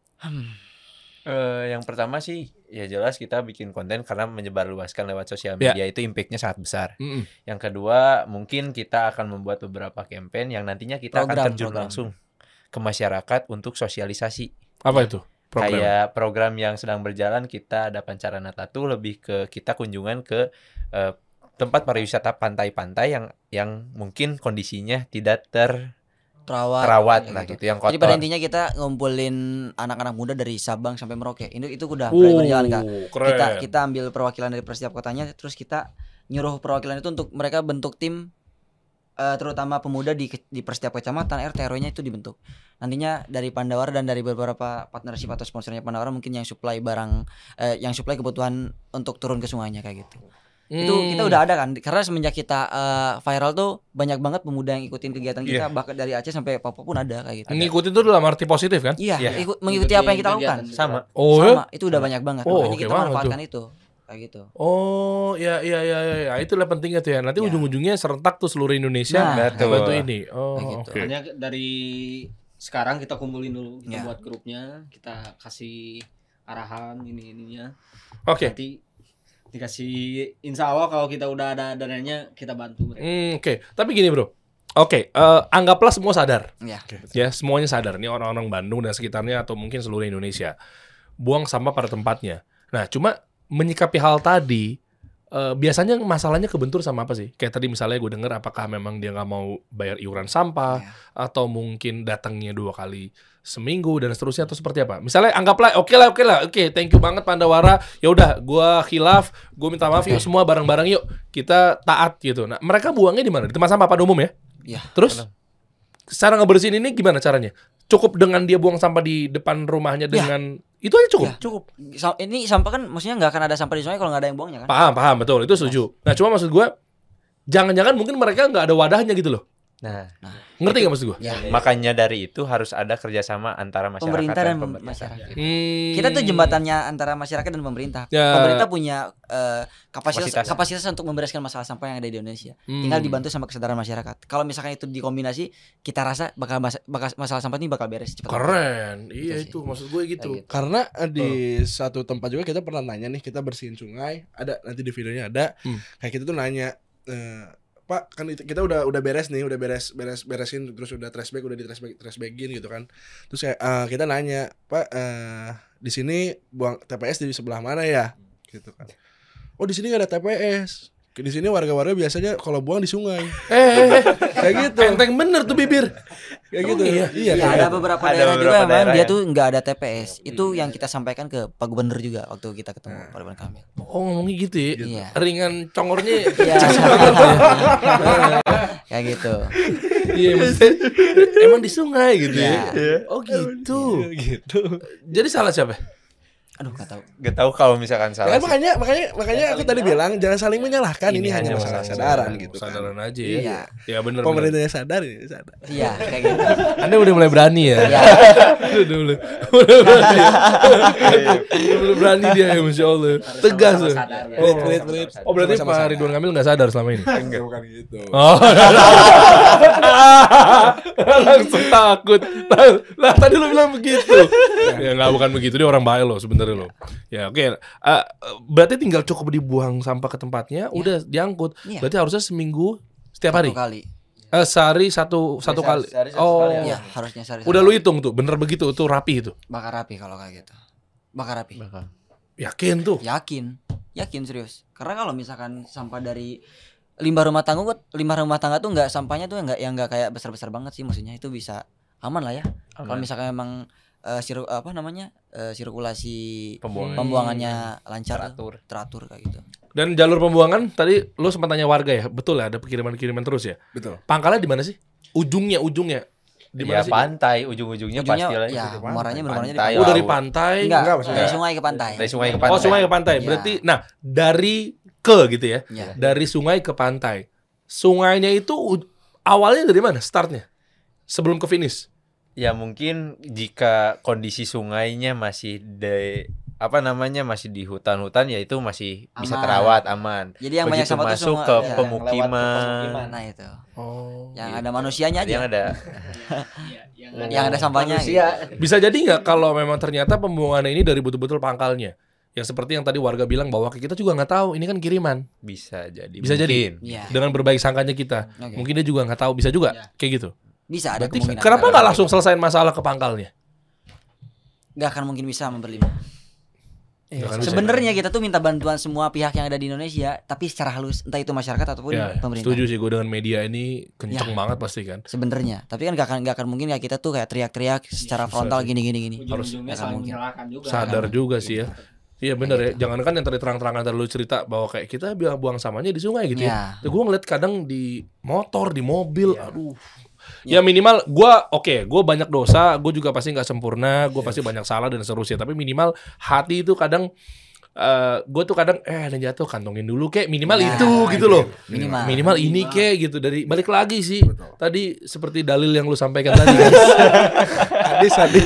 Eh, yang pertama sih ya jelas kita bikin konten karena menyebarluaskan lewat sosial Ya. media itu impactnya sangat besar. Mm-mm. Yang kedua mungkin kita akan membuat beberapa campaign yang nantinya kita Program, akan terjun program. langsung ke masyarakat untuk sosialisasi. Apa itu? Program. Kayak program yang sedang berjalan, kita ada Pancarana Tattoo, lebih ke kita kunjungan ke eh, tempat pariwisata pantai-pantai yang yang mungkin kondisinya tidak ter Terawat, terawat kayak lah gitu. gitu, yang Jadi pada kotor. intinya kita ngumpulin anak-anak muda dari Sabang sampai Merauke. Ini itu udah Uh, mulai berjalan Kak. keren. Kita kita ambil perwakilan dari per setiap kotanya, terus kita nyuruh perwakilan itu untuk mereka bentuk tim, eh, terutama pemuda di ke- di per setiap kecamatan, R T R W-nya itu dibentuk. Nantinya dari Pandawara dan dari beberapa partnership atau sponsornya Pandawara mungkin yang supply barang, eh, yang supply kebutuhan untuk turun ke sungainya kayak gitu. Itu Hmm. kita udah ada kan, karena semenjak kita eh, viral tuh banyak banget pemuda yang ikutin kegiatan kita, bahkan dari Aceh sampai Papua pun ada kayak gitu. Ngikutin itu dalam arti positif kan? Iya, Iya. ikut mengikuti apa yang kita lakukan. Sama. Oh ya? Sama, itu udah banyak banget. Oh, Makanya oke kita banget manfaatkan itu. Kayak gitu. Oh, ya ya ya ya, ya. Itulah pentingnya tuh ya. Nanti Ya. ujung-ujungnya serentak tuh seluruh Indonesia Nah, betul. bantu ini. Oh, Kayak gitu. oke. Makanya dari sekarang kita kumpulin dulu, kita Ya. buat grupnya, kita kasih arahan ini ininya. Oke. Nanti dikasih, insya Allah kalau kita udah ada dananya kita bantu mereka. Hmm, oke. Tapi gini, Bro. Oke, eh, anggaplah semua sadar. Ya. Ya, semuanya sadar. Ini orang-orang Bandung dan sekitarnya atau mungkin seluruh Indonesia. Buang sampah pada tempatnya. Nah, cuma menyikapi hal tadi, eh, biasanya masalahnya kebentur sama apa sih? Kayak tadi misalnya gue denger apakah memang dia nggak mau bayar iuran sampah, Ya. atau mungkin datangnya dua kali seminggu dan seterusnya, atau seperti apa? Misalnya anggaplah oke lah, oke lah, oke, thank you banget Pandawara. Ya udah, gua khilaf, gua minta maaf yuk semua bareng-bareng yuk kita taat gitu. Nah, mereka buangnya di mana? Di tempat sampah pada umum ya? Iya. Terus cara ngebersihin ini gimana caranya? Cukup dengan dia buang sampah di depan rumahnya Ya. dengan itu aja cukup? Ya, cukup. Sa- Ini sampah kan maksudnya nggak akan ada sampah di sungai kalau nggak ada yang buangnya kan? Paham, paham, betul. Itu setuju. Nah, cuma maksud gua jangan-jangan mungkin mereka nggak ada wadahnya gitu loh. Nah, Ngerti nggak maksud gua? Ya. makanya dari itu harus ada kerjasama antara masyarakat Pemerintah dan pemerintah. masyarakat. Hmm. Kita tuh jembatannya antara masyarakat dan pemerintah. Ya. Pemerintah punya eh, kapasitas Kapasitas. kapasitas untuk membereskan masalah sampah yang ada di Indonesia. Hmm. Tinggal dibantu sama kesadaran masyarakat. Kalau misalkan itu dikombinasi, kita rasa bakal, mas- bakal masalah sampah ini bakal beres cepat. Keren. Iya Gitu sih. itu maksud gue gitu. Kayak gitu. Karena eh, di satu tempat juga kita pernah nanya nih, kita bersihin sungai, ada nanti di videonya ada, Hmm. kayak kita tuh nanya, eh, Pak kan itu, kita udah udah beres nih, udah beres beres beresin, terus udah trash bag, udah di trash bag trash bagin gitu kan, terus kayak eh, kita nanya, Pak eh, di sini buang T P S di sebelah mana ya, gitu kan, oh di sini nggak ada T P S. Di sini warga-warga biasanya kalau buang di sungai. Eh, eh, eh. Kayak gitu. Enteng bener tuh bibir. Kayak Oh, gitu. iya. Iya, Ya, kayak ada gitu. beberapa Ada daerah beberapa juga memang daerah dia ya. tuh nggak ada T P S. Itu yang kita sampaikan ke Pak Gubernur juga waktu kita ketemu Pak Ridwan Kamil. Oh ngomongnya gitu ya. Iya. Ringan congornya. Iya. Kayak gitu. Iya maksudnya emang di sungai gitu ya. Iya. Oh gitu. gitu. Jadi salah siapa? Aduh, nggak tahu. Gak tahu kalau misalkan Ya, salah. sih. makanya makanya makanya aku tadi bilang jangan saling menyalahkan, ini, Ini hanya hanya masalah masalah kesadaran gitu kan. Kesadaran aja ya. Iya. Ya bener. bener. Pemerintahnya sadar ini sadar. Iya, kayak gitu. Anda udah mulai berani ya. Iya. udah mulai. Udah berani. Udah mulai berani dia ya, masya Allah. Tegas loh. Pelit, pelit, pelit. Oh berarti Sama-sama Pak sadar. Ridwan Kamil nggak sadar selama ini. Enggak, bukan gitu. Oh, langsung takut. Lah, lah, tadi lu bilang begitu. Ya nggak bukan begitu, dia orang baik loh sebenarnya loh. Ya oke. Eh, berarti tinggal cukup dibuang sampah ke tempatnya, udah diangkut. Iya. Berarti harusnya seminggu setiap hari. Satu kali. Eh, sehari satu satu kali. sehari satu Oh. kali, Iya, harusnya sehari. Udah lu hitung tuh, bener begitu, itu rapi itu. bakar rapi kalau kayak gitu. Bakar rapi. Yakin tuh. Yakin. Yakin serius. Karena kalau misalkan sampah dari limbah rumah tangga, limbah rumah tangga tuh nggak sampahnya tuh nggak yang nggak kayak besar-besar banget sih, maksudnya itu bisa aman lah ya. Kalau misalkan memang eh, siru, apa namanya eh, sirkulasi Pembuangan. pembuangannya lancar, Teratur. teratur kayak gitu. Dan jalur pembuangan tadi lu sempat tanya warga ya, betul ya ada kiriman-kiriman terus ya. Betul. Pangkalnya di mana sih? Ujungnya, ujungnya. Di mana Ya sih? pantai, ujung-ujungnya Ujungnya, pasti lah. ya, itu. muaranya bermuaranya di Pantai, Oh dari laut. pantai. Enggak, Enggak, maksudnya. dari sungai ke pantai. Dari sungai ke pantai. Oh sungai ke pantai. Iya. Berarti, nah dari ke gitu ya, Iya. dari sungai ke pantai. Sungainya itu u- awalnya dari mana? Startnya sebelum ke finish. Ya mungkin jika kondisi sungainya masih de apa namanya masih di hutan-hutan ya itu masih bisa Aman. terawat aman. Jadi yang banyak Begitu sampah tuh masuk sungai- ke ya, pemukiman, Nah itu. Oh. Yang ada manusianya aja. yang ada Yang ada sampahnya. gitu. Bisa jadi nggak kalau memang ternyata pembuangan ini dari betul-betul pangkalnya? Yang seperti yang tadi warga bilang bahwa kita juga nggak tahu ini kan kiriman. bisa jadi Bisa jadi. mungkin. Iya. Dengan berbaik sangkanya kita, Oke. mungkin dia juga nggak tahu. Bisa juga kayak gitu. Bisa ada Berarti kemungkinan. kenapa nggak langsung selesaiin masalah ke pangkalnya? Nggak akan mungkin bisa memperlima. Nggak akan bisa. Sebenarnya kita tuh minta bantuan semua pihak yang ada di Indonesia, tapi secara halus, entah itu masyarakat ataupun Ya, pemerintah. setuju sih gue dengan media ini kenceng Ya. banget pasti kan. Sebenarnya, tapi kan nggak akan nggak akan mungkin kayak kita tuh kayak teriak-teriak secara susah frontal sih. gini gini gini. Ujung-ujungnya Nggak akan saling mungkin. menyalahkan juga. Sadar juga sih ya. Iya bener Kayak ya. Jangan kan yang tadi terang-terangan tadi lu cerita bahwa kayak kita bilang buang sampahnya di sungai gitu ya. Ya. Tuh gue ngeliat kadang di motor, di mobil, aduh. Ya minimal gue oke, gue banyak dosa, gue juga pasti nggak sempurna, gue pasti banyak salah dan seterusnya. Tapi minimal hati itu kadang eh gue tuh kadang eh ada jatuh kantongin dulu kek minimal Ya, itu gitu loh. Minimal. Minimal ini kek gitu dari balik lagi sih. Tadi seperti dalil yang lu sampaikan tadi kan. Hadis hadis.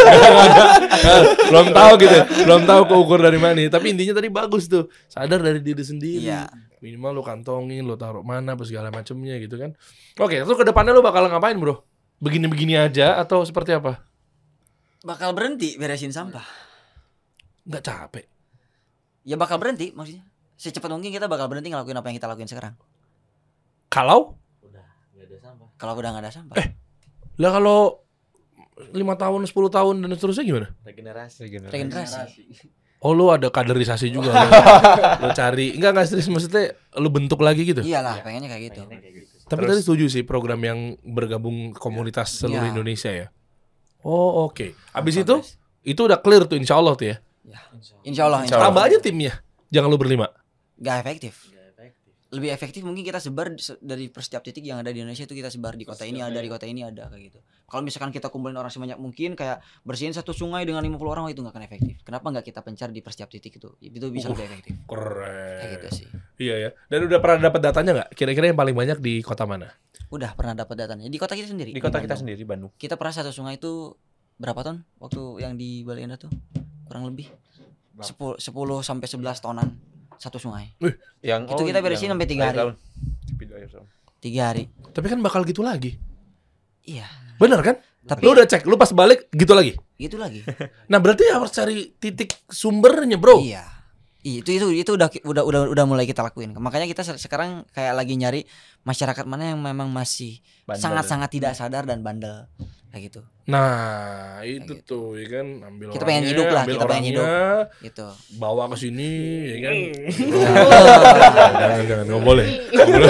belum tahu gitu, belum tahu keukur dari mana. Tapi intinya tadi bagus tuh, sadar dari diri sendiri. Iya. Minimal lu kantongin, lu taruh mana, apa segala macemnya gitu kan. Oke, terus ke depannya lu bakal ngapain bro? Begini-begini aja atau seperti apa? Bakal berhenti beresin sampah. Nggak capek. Ya bakal berhenti maksudnya. Secepat mungkin kita bakal berhenti ngelakuin apa yang kita lakuin sekarang. Kalau? Kalau udah nggak ada sampah. Eh. Lah kalau lima tahun, sepuluh tahun dan seterusnya gimana? Regenerasi. Regenerasi. Oh lu ada kaderisasi juga lu, lu cari. Enggak enggak serius maksudnya lu bentuk lagi gitu. Iyalah, pengennya kayak gitu. Tapi tadi setuju sih program yang bergabung komunitas seluruh Iya. Indonesia ya. Oh oke. Abis itu itu udah clear tuh insya Allah tuh ya. Insya Allah. Insya Allah. Tambah aja timnya. Jangan lu berlima. Gak efektif. Lebih efektif mungkin kita sebar di- dari per setiap titik yang ada di Indonesia itu kita sebar di kota ini ada, di kota ini ada kayak gitu. Kalau misalkan kita kumpulin orang sebanyak mungkin kayak bersihin satu sungai dengan lima puluh orang, wah, itu nggak akan efektif. Kenapa nggak kita pencar di per setiap titik itu? Itu bisa Uh, lebih efektif. Keren. Kayak gitu sih. Iya ya. Dan udah pernah dapat datanya nggak? Kira-kira yang paling banyak di kota mana? Udah pernah dapat datanya di kota kita sendiri. Di kota kita Bandung. sendiri Bandung. Kita pernah satu sungai itu berapa ton waktu yang di Bali Endah tuh? Kurang lebih sepuluh sampai sebelas tonan satu sungai. Yang Itu kita beresin yang sampai tiga akhir hari. tahun. Video akhir tahun. Tiga hari. Tapi kan bakal gitu lagi. Iya. Bener kan? Tapi Lu udah cek, lu pas balik gitu lagi. gitu lagi. Nah berarti harus cari titik sumbernya bro. Iya. Iya, itu itu itu udah udah udah udah mulai kita lakuin. Makanya kita se- sekarang kayak lagi nyari masyarakat mana yang memang masih Bandel. sangat-sangat tidak sadar dan bandel kayak gitu. Nah itu Kayak tuh ya kan ambil Kita pengen orangnya, hidup lah, ambil kita pengen hidup. orangnya, Gitu. bawa ke sini ya kan. Iya. jangan jangan nggak boleh. Nggak boleh.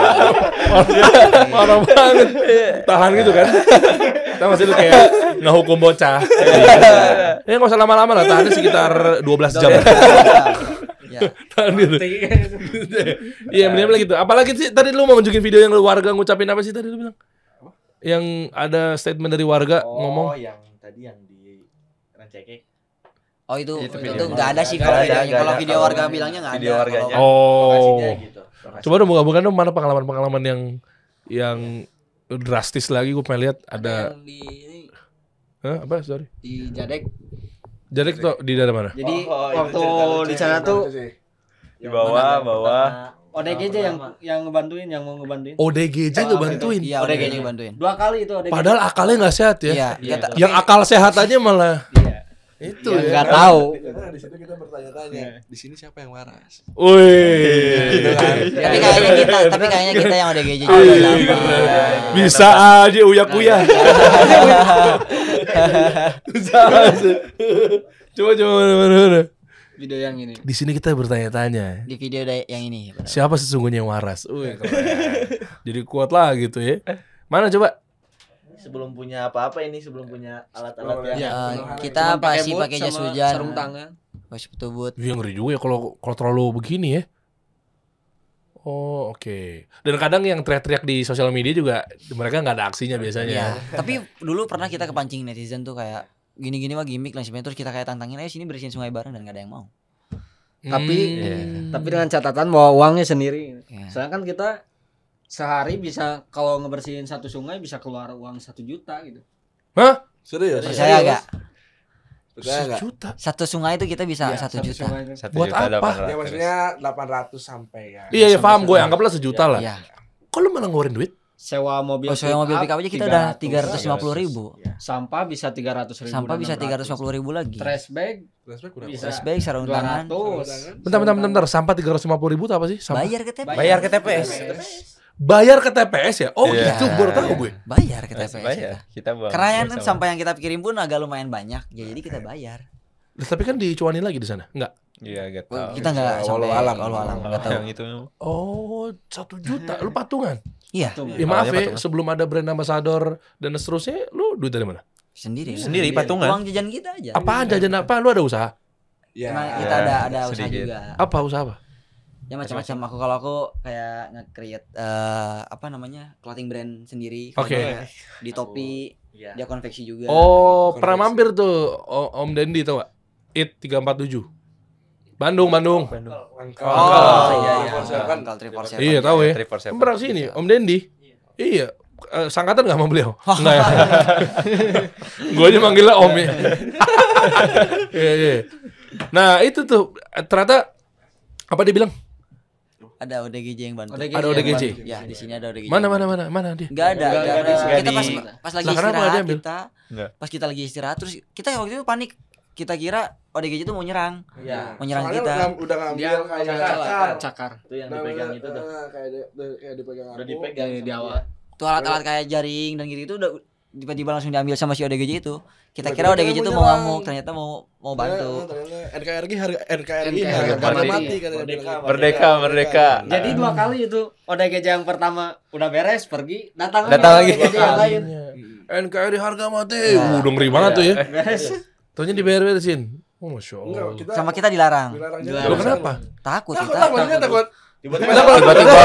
Parah banget. Tahan gitu kan. Tahu masih lu kayak ngehukum bocah. Ya nggak usah lama-lama lah, tahannya sekitar dua belas jam. Ya. Tahan gitu. Iya benar gitu. Apalagi sih tadi lu mau nunjukin video yang lu warga ngucapin apa sih tadi lu bilang? Yang ada statement dari warga ngomong. yang tadi yang di Rancake. Oh itu Itu itu video nggak ada sih Nggak kalau ada, videonya. nggak Kalau ada. video Kalau warga bilangnya nggak ada. video warganya. Kalau- Oh. gitu. Coba dong buka-bukan dong mana pengalaman-pengalaman yang yang drastis lagi gue pengen lihat ada Yang di ini, Hah, apa sorry. di Jadek. Jadi tuh di daerah mana? Jadi Oh, itu waktu cerita lucu di ya. sana tuh Di bawah, bawah. O D G J yang yang ngebantuin, yang mau ngebantuin. O D G J ngebantuin. Iya, udah kayaknya bantuin. Dua kali itu O D G J. Padahal akalnya nggak sehat ya. Iya, Iya. kata- Yang akal sehat aja malah Iya. itu Ya, ya. nggak tahu. Karena di situ kita bertanya-tanya, di sini siapa yang waras? Wih. Tapi kayaknya kita, tapi kayaknya kita yang udah gaji Wih, juga. keren. Bisa aja uyak-uya. Bisa aja. Coba coba mana mana mana. Video yang ini. Di sini kita bertanya-tanya. Di video da- yang ini. benar. Siapa sesungguhnya yang waras? Wih, keren. Jadi kuat lah gitu ya. Mana coba? Sebelum punya apa-apa ini, sebelum punya alat-alat yang Eh, Cuman kita pasti boot pakai jas sama hujan. sarung tangan. Pakai sepatu boot. Iya ngeri juga ya kalau kalau terlalu begini ya. Oh oke. Dan kadang yang teriak-teriak di sosial media juga mereka nggak ada aksinya biasanya. Iya. Tapi dulu pernah kita kepancing netizen tuh kayak gini-gini mah gimmick lah sebenarnya, terus kita kayak tantangin ayo sini bersihin sungai bareng dan gak ada yang mau. Tapi Hmm. tapi dengan catatan bahwa uangnya sendiri. Iya. Soalnya kan kita sehari bisa kalau ngebersihin satu sungai bisa keluar uang satu juta gitu. Hah? Serius? Percaya gak? Percaya nggak? Sejuta? Satu sungai itu kita bisa Iya, satu juta. sungai itu. Satu Buat juta apa? delapan Ya ratus. maksudnya delapan ratus sampai ya. Iya ya paham gue anggaplah sejuta lah. Iya. Kok lu malah ngeluarin duit? Sewa mobil. Oh, soal mobil pick up aja kita udah tiga ratus lima puluh ribu. Sampah bisa tiga ratus ribu. Sampah dan bisa enam tiga ratus lima puluh ribu lagi. Trash bag Flashback udah bisa Trash bag, sarung dua tangan. ratus. Bentar bentar bentar, bentar. Sampah tiga ratus lima puluh ribu itu apa sih? Sampah. Bayar ke T P S. Bayar ke T P S. bayar ke T P S ya? Oh Iya. gitu, baru tahu gue. Bayar ke T P S Bayar. kita. Kita buang. Karena yang bersama. sampah yang kita pikirin pun agak lumayan banyak, jadi kita bayar. Lah, tapi kan dicuanin lagi di sana, enggak? Iya, gak tahu. Kita nggak sampai walau alam. walau alam, Kalau nggak tahu. yang itu Oh, satu juta, lu patungan? Iya, Ya maaf Awalnya ya, patungan. sebelum ada brand ambassador dan seterusnya, lu duit dari mana? sendiri. lah. sendiri patungan. Uang jajan kita aja. Apaan jajan apa? Lu ada usaha? Ya. Emang kita ada ada usaha sedikit. juga. Apa usaha apa? Ya macam-macam. Aku kalau aku kayak nge-create eh, apa namanya? clothing brand sendiri. Oke. Kalau Di topi, Iya. dia konveksi juga. Oh, Konveksi. pernah mampir tuh O- Om Dendi tau gak? It tiga empat tujuh. Bandung, Bandung. Bandung. Angkal. Oh, Angkal. iya iya. Kan Angkal triple seven. Iya, tahu ya. Three, four, seven. Pernah sini, Om Dendi. Iya. Eh, sangkatan gak sama beliau? Enggak ya? Gue aja manggilnya Om ya. Iya, iya. Nah, itu tuh eh, ternyata apa dia bilang? Ada O D G J yang bantu. Ada O D G J. Ya, di sini ada O D G J. Mana mana mana mana dia? Enggak ada, Nggak enggak ada. ada. Nggak Kita pas di- pas lagi Lah, kenapa nggak istirahat diambil? kita Nggak. pas kita lagi istirahat terus kita waktu itu panik. Kita kira O D G J itu mau nyerang. Iya. Mau nyerang Soalnya kita. ngam- udah ngambil Dia kayak cakar, cakar. Itu yang dipegang itu tuh. Nah, kayak di- di- kayak dipegang Udah aku. dipegang Di- di sama awal. dia. Tuh alat-alat kayak jaring dan gitu itu udah tiba-tiba langsung diambil sama si O D G J itu. Kita Tiba-tiba kira O D G J dia itu mau mau nyerang. ngamuk, ternyata mau mau bantu. Nah, ternyata N K R I harga N K R I N K R I harga harga mati mati. katanya Merdeka, bilang. Merdeka, merdeka. Jadi dua kali itu O D G J yang pertama udah beres pergi, datang Datang lagi. O D G J yang lain. N K R I harga mati. Ya. Uh, udah ngeri banget tuh ya. Beres. Taunya diberes-beresin. Oh, Masya Enggak, Allah. kita Sama kita dilarang. dilarang Dilarang. jalan. Lu kenapa? Takut Takut, kita. takut, dia takut. Tiba-tiba Tiba-tiba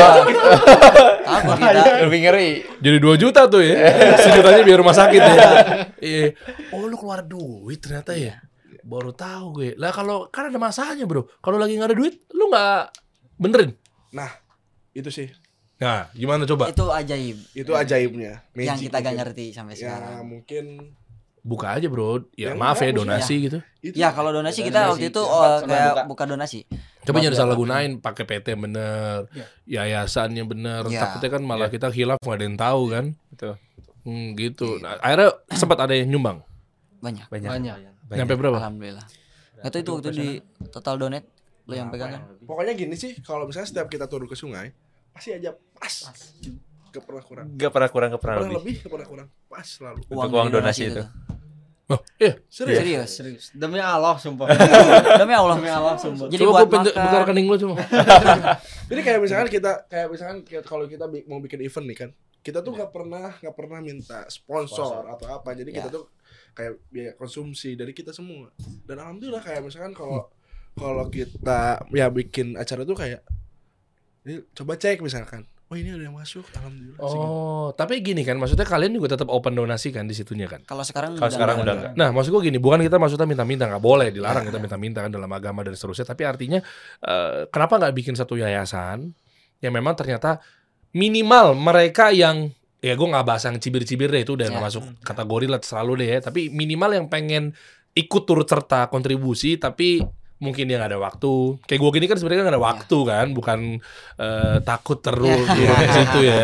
Takut kita. lebih ngeri. Jadi dua juta tuh ya. Sejutanya biar rumah sakit ya. Iya. Oh, lu keluar duit ternyata ya. Baru tahu gue. Lah kalau kan ada masanya, Bro. Kalau lagi nggak ada duit, lu nggak benerin. Nah, itu sih. Nah, gimana coba? Itu ajaib Itu ajaibnya. yang Magic kita gak mungkin. ngerti sampai Ya, sekarang. mungkin Buka aja, Bro. Ya, Ya, maaf ya enggak, donasi gitu. itu. Ya kalau donasi kita Donasi, waktu itu ya, oh, sama kayak buka. buka donasi. Coba jangan Buat salah apa? gunain, pakai P T yang bener, yayasannya bener. Ya. Takutnya kan malah kita hilaf nggak ada yang tahu kan. Betul. Hmm, gitu. Nah, akhirnya sempat ada yang nyumbang. Banyak. Banyak. Banyak. Nyampe berapa? Alhamdulillah. Itu itu waktu di total donate lo yang pegang kan? Pokoknya gini sih, kalau misalnya setiap kita turun ke sungai, pasti aja pas. Gak pernah kurang. Gak pernah kurang, gak pernah Pernah lebih. lebih, gak pernah kurang. Pas selalu. Untuk uang dari donasi itu. tuh. Oh, iya. Serius? Serius. Serius. Demi Allah sumpah. Demi Allah. Demi Allah sumpah. Jadi Coba buat gue penjel- buka makan. rekening lu coba. Jadi kayak misalkan kita kayak misalkan kayak kalau kita bi- mau bikin event nih kan, kita tuh nggak pernah nggak pernah minta sponsor, atau apa. Jadi kita Ya. tuh kayak biaya konsumsi dari kita semua. Dan alhamdulillah kayak misalkan kalau kalau kita ya bikin acara tuh kayak ini coba cek misalkan, oh ini ada yang masuk, alhamdulillah. sih. Oh, tapi gini kan, maksudnya kalian juga tetap open donasi kan di situnya kan? Kalau sekarang Kalau sekarang udah enggak. Nah, maksud gue gini, bukan kita maksudnya minta-minta, nggak boleh, dilarang kita minta-minta kan dalam agama dan seterusnya. Tapi artinya, eh, kenapa nggak bikin satu yayasan yang memang ternyata minimal mereka yang, ya gue nggak bahas yang cibir-cibir deh, itu udah nggak Ya. masuk kategori lah selalu deh ya. Tapi minimal yang pengen ikut turut serta kontribusi, tapi mungkin dia nggak ada waktu. Kayak gue gini kan sebenarnya nggak ada waktu kan, bukan eh, takut terus turun ke situ ya.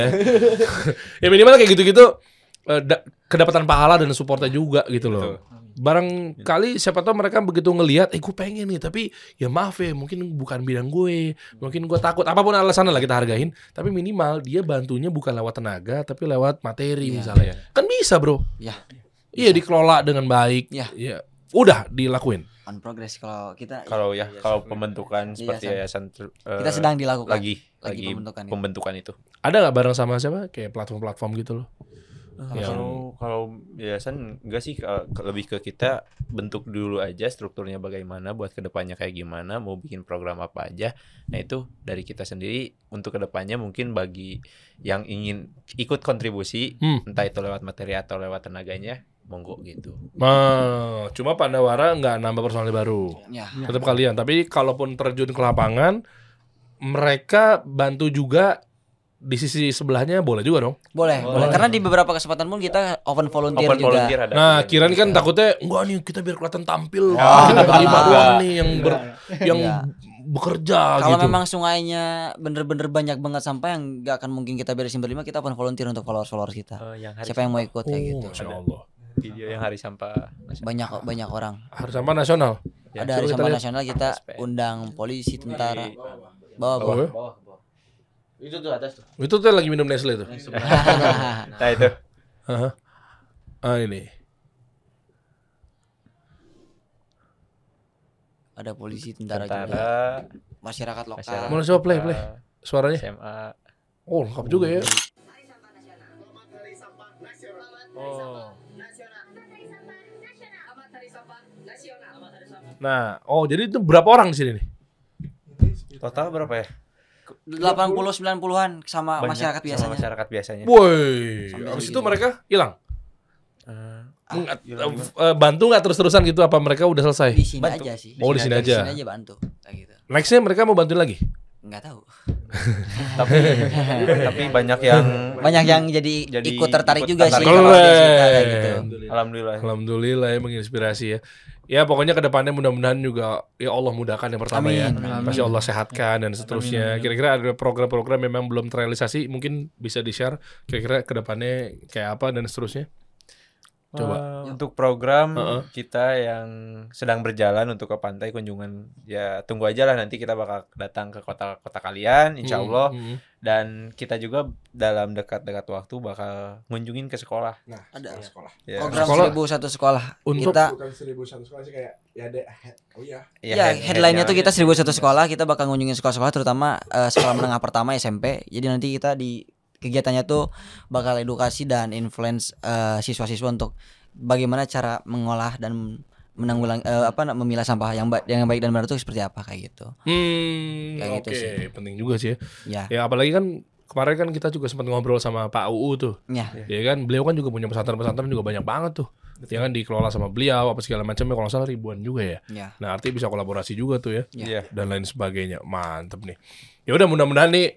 Ya minimal kayak gitu-gitu eh, da- kedapatan pahala dan supportnya juga gitu loh. Barangkali siapa tahu mereka begitu ngelihat, eh gue pengen nih, tapi ya maaf ya, mungkin bukan bidang gue, mungkin gue takut, apapun alasannya lah kita hargain. Tapi minimal dia bantunya bukan lewat tenaga, tapi lewat materi Iya. misalnya. Kan bisa bro. Ya. Iya dikelola dengan baik. Iya. Iya. Udah dilakuin. on progress kalau kita Kalau ya, kalau pembentukan seperti yayasan ter- eh, kita sedang dilakukan. lagi Lagi lagi pembentukan itu. pembentukan itu. Ada nggak bareng sama siapa? Kayak platform-platform gitu loh. Yang- Kalau kalau yayasan enggak sih, eh, ke- lebih ke kita bentuk dulu aja strukturnya bagaimana, buat kedepannya kayak gimana, mau bikin program apa aja. Nah itu dari kita sendiri untuk kedepannya mungkin bagi yang ingin ikut kontribusi, Hmm. entah itu lewat materi atau lewat tenaganya, monggo gitu. Nah, cuma Pandawara nggak nambah personil baru. Ya. Tetap kalian. Tapi kalaupun terjun ke lapangan, mereka bantu juga di sisi sebelahnya boleh juga dong. Boleh, boleh. Karena di beberapa kesempatan pun kita open volunteer Open juga. volunteer ada. Nah, juga. Kirain kan takutnya enggak nih kita biar kelihatan tampil, Oh, kita terima enggak. uang nih yang ber, yang Iya. bekerja Kalau gitu. memang sungainya bener-bener banyak banget sampah yang gak akan mungkin kita beresin berlima, kita open volunteer untuk followers-followers kita. Eh, yang hari Siapa yang mau sampah. ikut kayak Oh, gitu. Masya Allah. Video yang hari sampah nasional. Banyak banyak orang. Hari sampah nasional. Ya, Ada hari coba kita sampah lihat. nasional kita S P N. undang polisi, tentara. Di- Bawa Oh, bawa. ya? Itu tuh atas tuh. Itu tuh lagi minum Nestle tuh. Nah itu. Heeh. Ah ini. Ada polisi, tentara, juga. Tentara, Masyarakat lokal. masyarakat Mana coba play play suaranya. S M A. Oh, lengkap juga ya. Oh. Nah, oh jadi itu berapa orang di sini nih? Total berapa ya? delapan puluh sembilan puluhan sama Banyak masyarakat sama biasanya. masyarakat biasanya. Woi, Sampai habis segini. itu mereka hilang. Eh, Nggak- hilang eh, bantu nggak terus-terusan gitu apa mereka udah selesai? Di sini Bantu. aja sih. Oh, di sini Di aja. sini aja bantu kayak gitu. Nextnya mereka mau bantuin lagi? Enggak tahu. tapi tapi banyak yang Banyak yang jadi, Jadi ikut tertarik ikut juga tertarik. sih kalau audiens kita kayak Keren. gitu. alhamdulillah. Alhamdulillah ya menginspirasi ya. Ya pokoknya ke depannya mudah-mudahan juga ya Allah mudahkan yang pertama ya. Amin. Amin. Masya Allah sehatkan dan seterusnya. Kira-kira ada program-program yang memang belum terrealisasi mungkin bisa di-share kira-kira ke depannya kayak apa dan seterusnya. Coba. Eh, untuk program Heeh. kita yang sedang berjalan untuk ke pantai kunjungan ya tunggu aja lah nanti kita bakal datang ke kota-kota kalian insya Allah Hmm, hmm. dan kita juga dalam dekat-dekat waktu bakal ngunjungin ke sekolah Nah, Ada. sekolah. ya. Program Sekolah. seribu satu sekolah. Untuk- kita Bukan seribu satu sekolah sih kayak ya ada oh iya. ya, head- headline-nya headnya- tuh kita seribu satu sekolah, kita bakal ngunjungin sekolah-sekolah terutama eh, sekolah menengah pertama S M P. Jadi nanti kita di kegiatannya tuh bakal edukasi dan influence eh, siswa-siswa untuk bagaimana cara mengolah dan menanggulang eh, apa memilah sampah yang baik yang baik dan benar itu seperti apa kayak gitu. Hmm, Kayak oke, gitu sih. penting juga sih ya. Ya. Ya apalagi kan kemarin kan kita juga sempat ngobrol sama Pak U U tuh. Ya. Ya kan beliau kan juga punya pesantren-pesantren juga banyak banget tuh. Ya kan dikelola sama beliau apa segala macamnya kalau nggak salah ribuan juga ya. Ya. Nah, artinya bisa kolaborasi juga tuh ya. Iya. Dan lain sebagainya. Mantep nih. Ya udah mudah-mudahan nih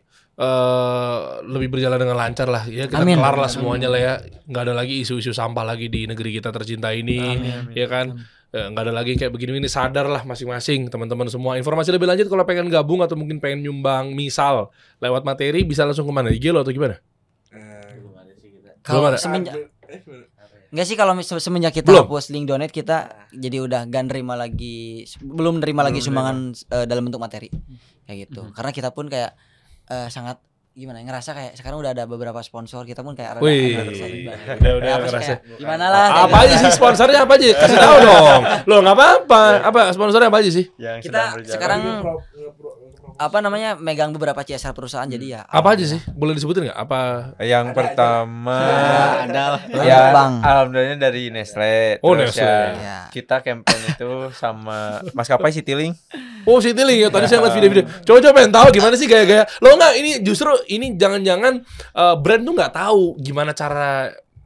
eh lebih berjalan dengan lancar lah ya kita Amin. kelar lah semuanya lah ya nggak ada lagi isu-isu sampah lagi di negeri kita tercinta ini ya kan. Eh, nggak ada lagi kayak begini ini sadar lah masing-masing teman-teman semua. Informasi lebih lanjut kalau pengen gabung atau mungkin pengen nyumbang misal lewat materi bisa langsung kemana, I G lo atau gimana? Eh, Kalau Belum ada. semenjak eh, gimana? Enggak sih kalau se- semenjak kita Belum. hapus link donate kita jadi udah gak nerima lagi belum nerima lagi sumbangan eh, dalam bentuk materi kayak gitu. Karena kita pun kayak eh, sangat gimana ya, ngerasa kayak sekarang udah ada beberapa sponsor kita pun kayak rada Wih, agak excited banget. udah udah Ya, apa sih, ngerasa. kayak, gimana lah kayak Apa gitu. aja sih sponsornya apa aja? Kasih tahu dong. Lo nggak apa-apa. Apa sponsornya apa aja sih? yang Kita sedang berjalan. sekarang Pro- pro- pro- pro- apa namanya megang beberapa C S R perusahaan jadi ya Apa aja sih? Boleh disebutin nggak? Apa? yang pertama Ada lah. ya Bang. alhamdulillah dari Nestle. Oh, Terus Nestle. yang Ya. kita campaign itu sama maskapai Citylink. Oh, Citylink ya. Tadi saya ngeliat video-video. Coba-coba pengen tahu gimana sih gaya-gaya. Lo nggak ini justru ini jangan-jangan eh, brand tuh nggak tahu gimana cara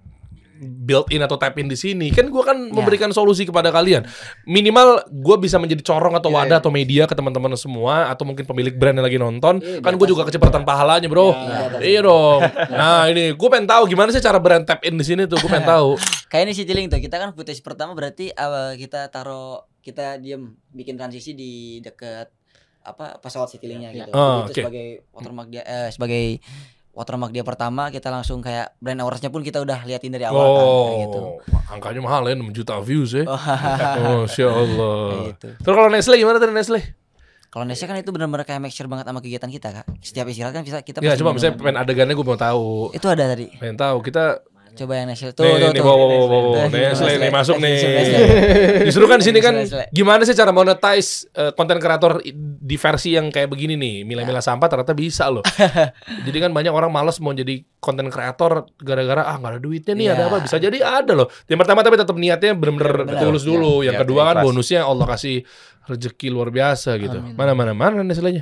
build in atau tap in di sini. Kan gua kan memberikan solusi kepada kalian. Minimal gua bisa menjadi corong atau wadah atau media ke teman-teman semua atau mungkin pemilik brand yang lagi nonton. Kan gue juga kecipratan pahalanya, Bro. Iya dong. Nah, ini gue pengen tahu gimana sih cara brand tap in di sini tuh. Gue pengen tahu. kayak ini Citylink tuh kita kan footage pertama berarti eh, kita taruh kita diem bikin transisi di deket apa pesawat Citylink-nya gitu. Oh, Jadi itu oke. sebagai watermark dia eh, sebagai watermark dia pertama kita langsung kayak brand awareness-nya pun kita udah liatin dari awal kan kayak gitu. Oh, angkanya mahal ya enam juta views ya. Oh, Oh, Masya Allah. Kayak gitu. Terus kalau Nestle gimana tadi Nestle? Kalau Nestle kan itu benar-benar kayak make sure banget sama kegiatan kita kak. Setiap istirahat kan bisa kita Ya pasti cuma minum. misalnya pengen adegannya gue mau tahu. Itu ada tadi. Pengen tahu kita Coba yang Nestle tuh nih, tuh nih, tuh. wow, wow, wow, wow. Nestle, Nestle nih Nestle, masuk nih. Nestle, Nestle. Justru kan di sini kan Nestle. gimana sih cara monetize eh, konten kreator i- di versi yang kayak begini nih, milah-milah sampah ternyata bisa loh. Jadi kan banyak orang malas mau jadi konten kreator gara-gara ah nggak ada duitnya nih, Iya. ada apa? Bisa jadi ada loh. Yang pertama tapi tetap niatnya bener-bener Benar. tulus dulu. Yang Ya, kedua kan ikhlas. bonusnya Allah kasih rezeki luar biasa gitu. Mana mana mana Nestle-nya?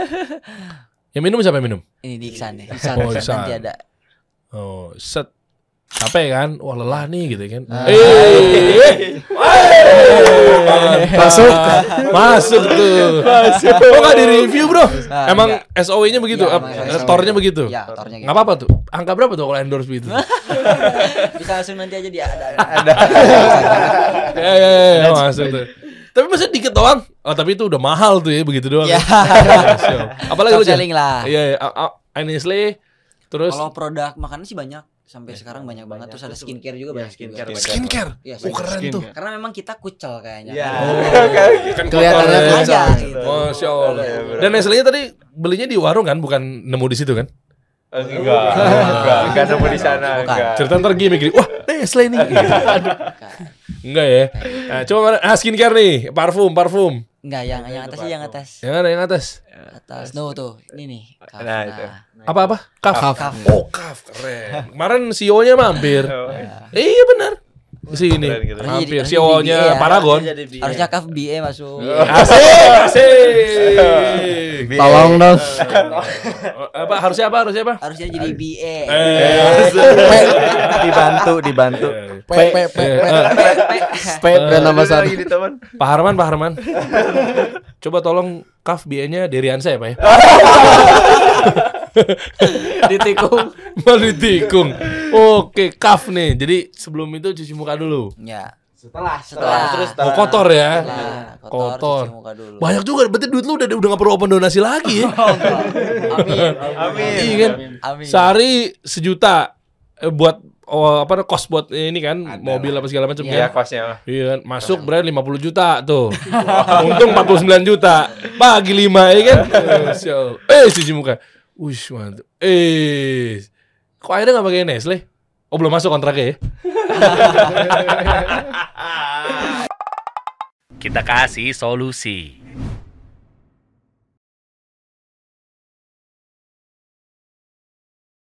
Yang minum siapa yang minum? Ini di Iksan deh. Oh, Iksan. Nanti ada. Oh, set. Capek kan? Wah lelah nih gitu kan. Ah. Eh, masuk, masuk tuh. Kok nggak di review bro? Ah, Emang enggak. S O W-nya begitu, Iya, Ap- emang eh, S O W. tornya begitu. Ya, tornya gitu. Nggak apa-apa tuh. Angka berapa tuh kalau endorse begitu? Bisa langsung nanti aja dia ada. Ya ya ya masuk tuh. Tapi maksudnya dikit doang. Oh tapi itu udah mahal tuh ya begitu doang. Ya. Siap. Apalagi Top lu Jan? selling lah. Iya, iya. A- a- Nestle terus Kalau produk makanan sih banyak. sampai sekarang banyak banget. Terus ada skincare juga banyak skincare juga. Skincare. Iya, Oh, keren tuh. karena memang kita kucel kayaknya. Iya. Kan Kelihatannya kotor ya. aja gitu. Masya Allah. Dan Nestle-nya tadi belinya di warung kan, bukan nemu di situ kan? Enggak, enggak, enggak nemu di sana, Bukan. enggak. Cerita ntar gini gini, wah Nestle ini. Aduh. Enggak ya. Nah, coba mana? Ah, skincare nih, parfum, parfum. Enggak, yang yang atas sih yang atas. Yang ada yang atas. Atas. No tuh, ini nih. Kaf. Nah, itu. Apa apa? Kaf. Kaf. Oh, kaf keren. Kemarin C E O-nya mampir. Eh, iya benar. Di sini. Keren, keren. Mampir Harusnya C E O-nya jadi B A. Paragon. Harusnya Kaf B A masuk. Asik, asik. Tolong dong. Apa harusnya apa? Harusnya apa? Harusnya jadi B A. Eh, dibantu, dibantu. P P P eh, P brand ambassador. Lagi di teman. Pak Harman, Pak Harman. Coba tolong Kaf B A-nya Deriansa ya, Pak ya? Ditikung. Mau ditikung. Oke, Kaf nih. Jadi sebelum itu cuci muka dulu. Ya. Setelah, Setelah. terus Oh, kotor ya. Setelah kotor, Kotor. cuci muka dulu. Banyak juga. Berarti duit lu udah udah gak perlu open donasi lagi ya. Amin. Amin. Iya kan? Amin. Sehari sejuta eh, buat oh, apa kos buat ini kan mobil apa segala macam Iya, kan. kosnya. Iya kan? Masuk berarti lima puluh juta tuh. Untung empat puluh sembilan juta. Bagi lima ya kan. Masya Allah. Eh cuci muka. Wih mantap. Eh kok akhirnya gak pakai Nestle? Oh belum masuk kontraknya ya. Kita kasih solusi.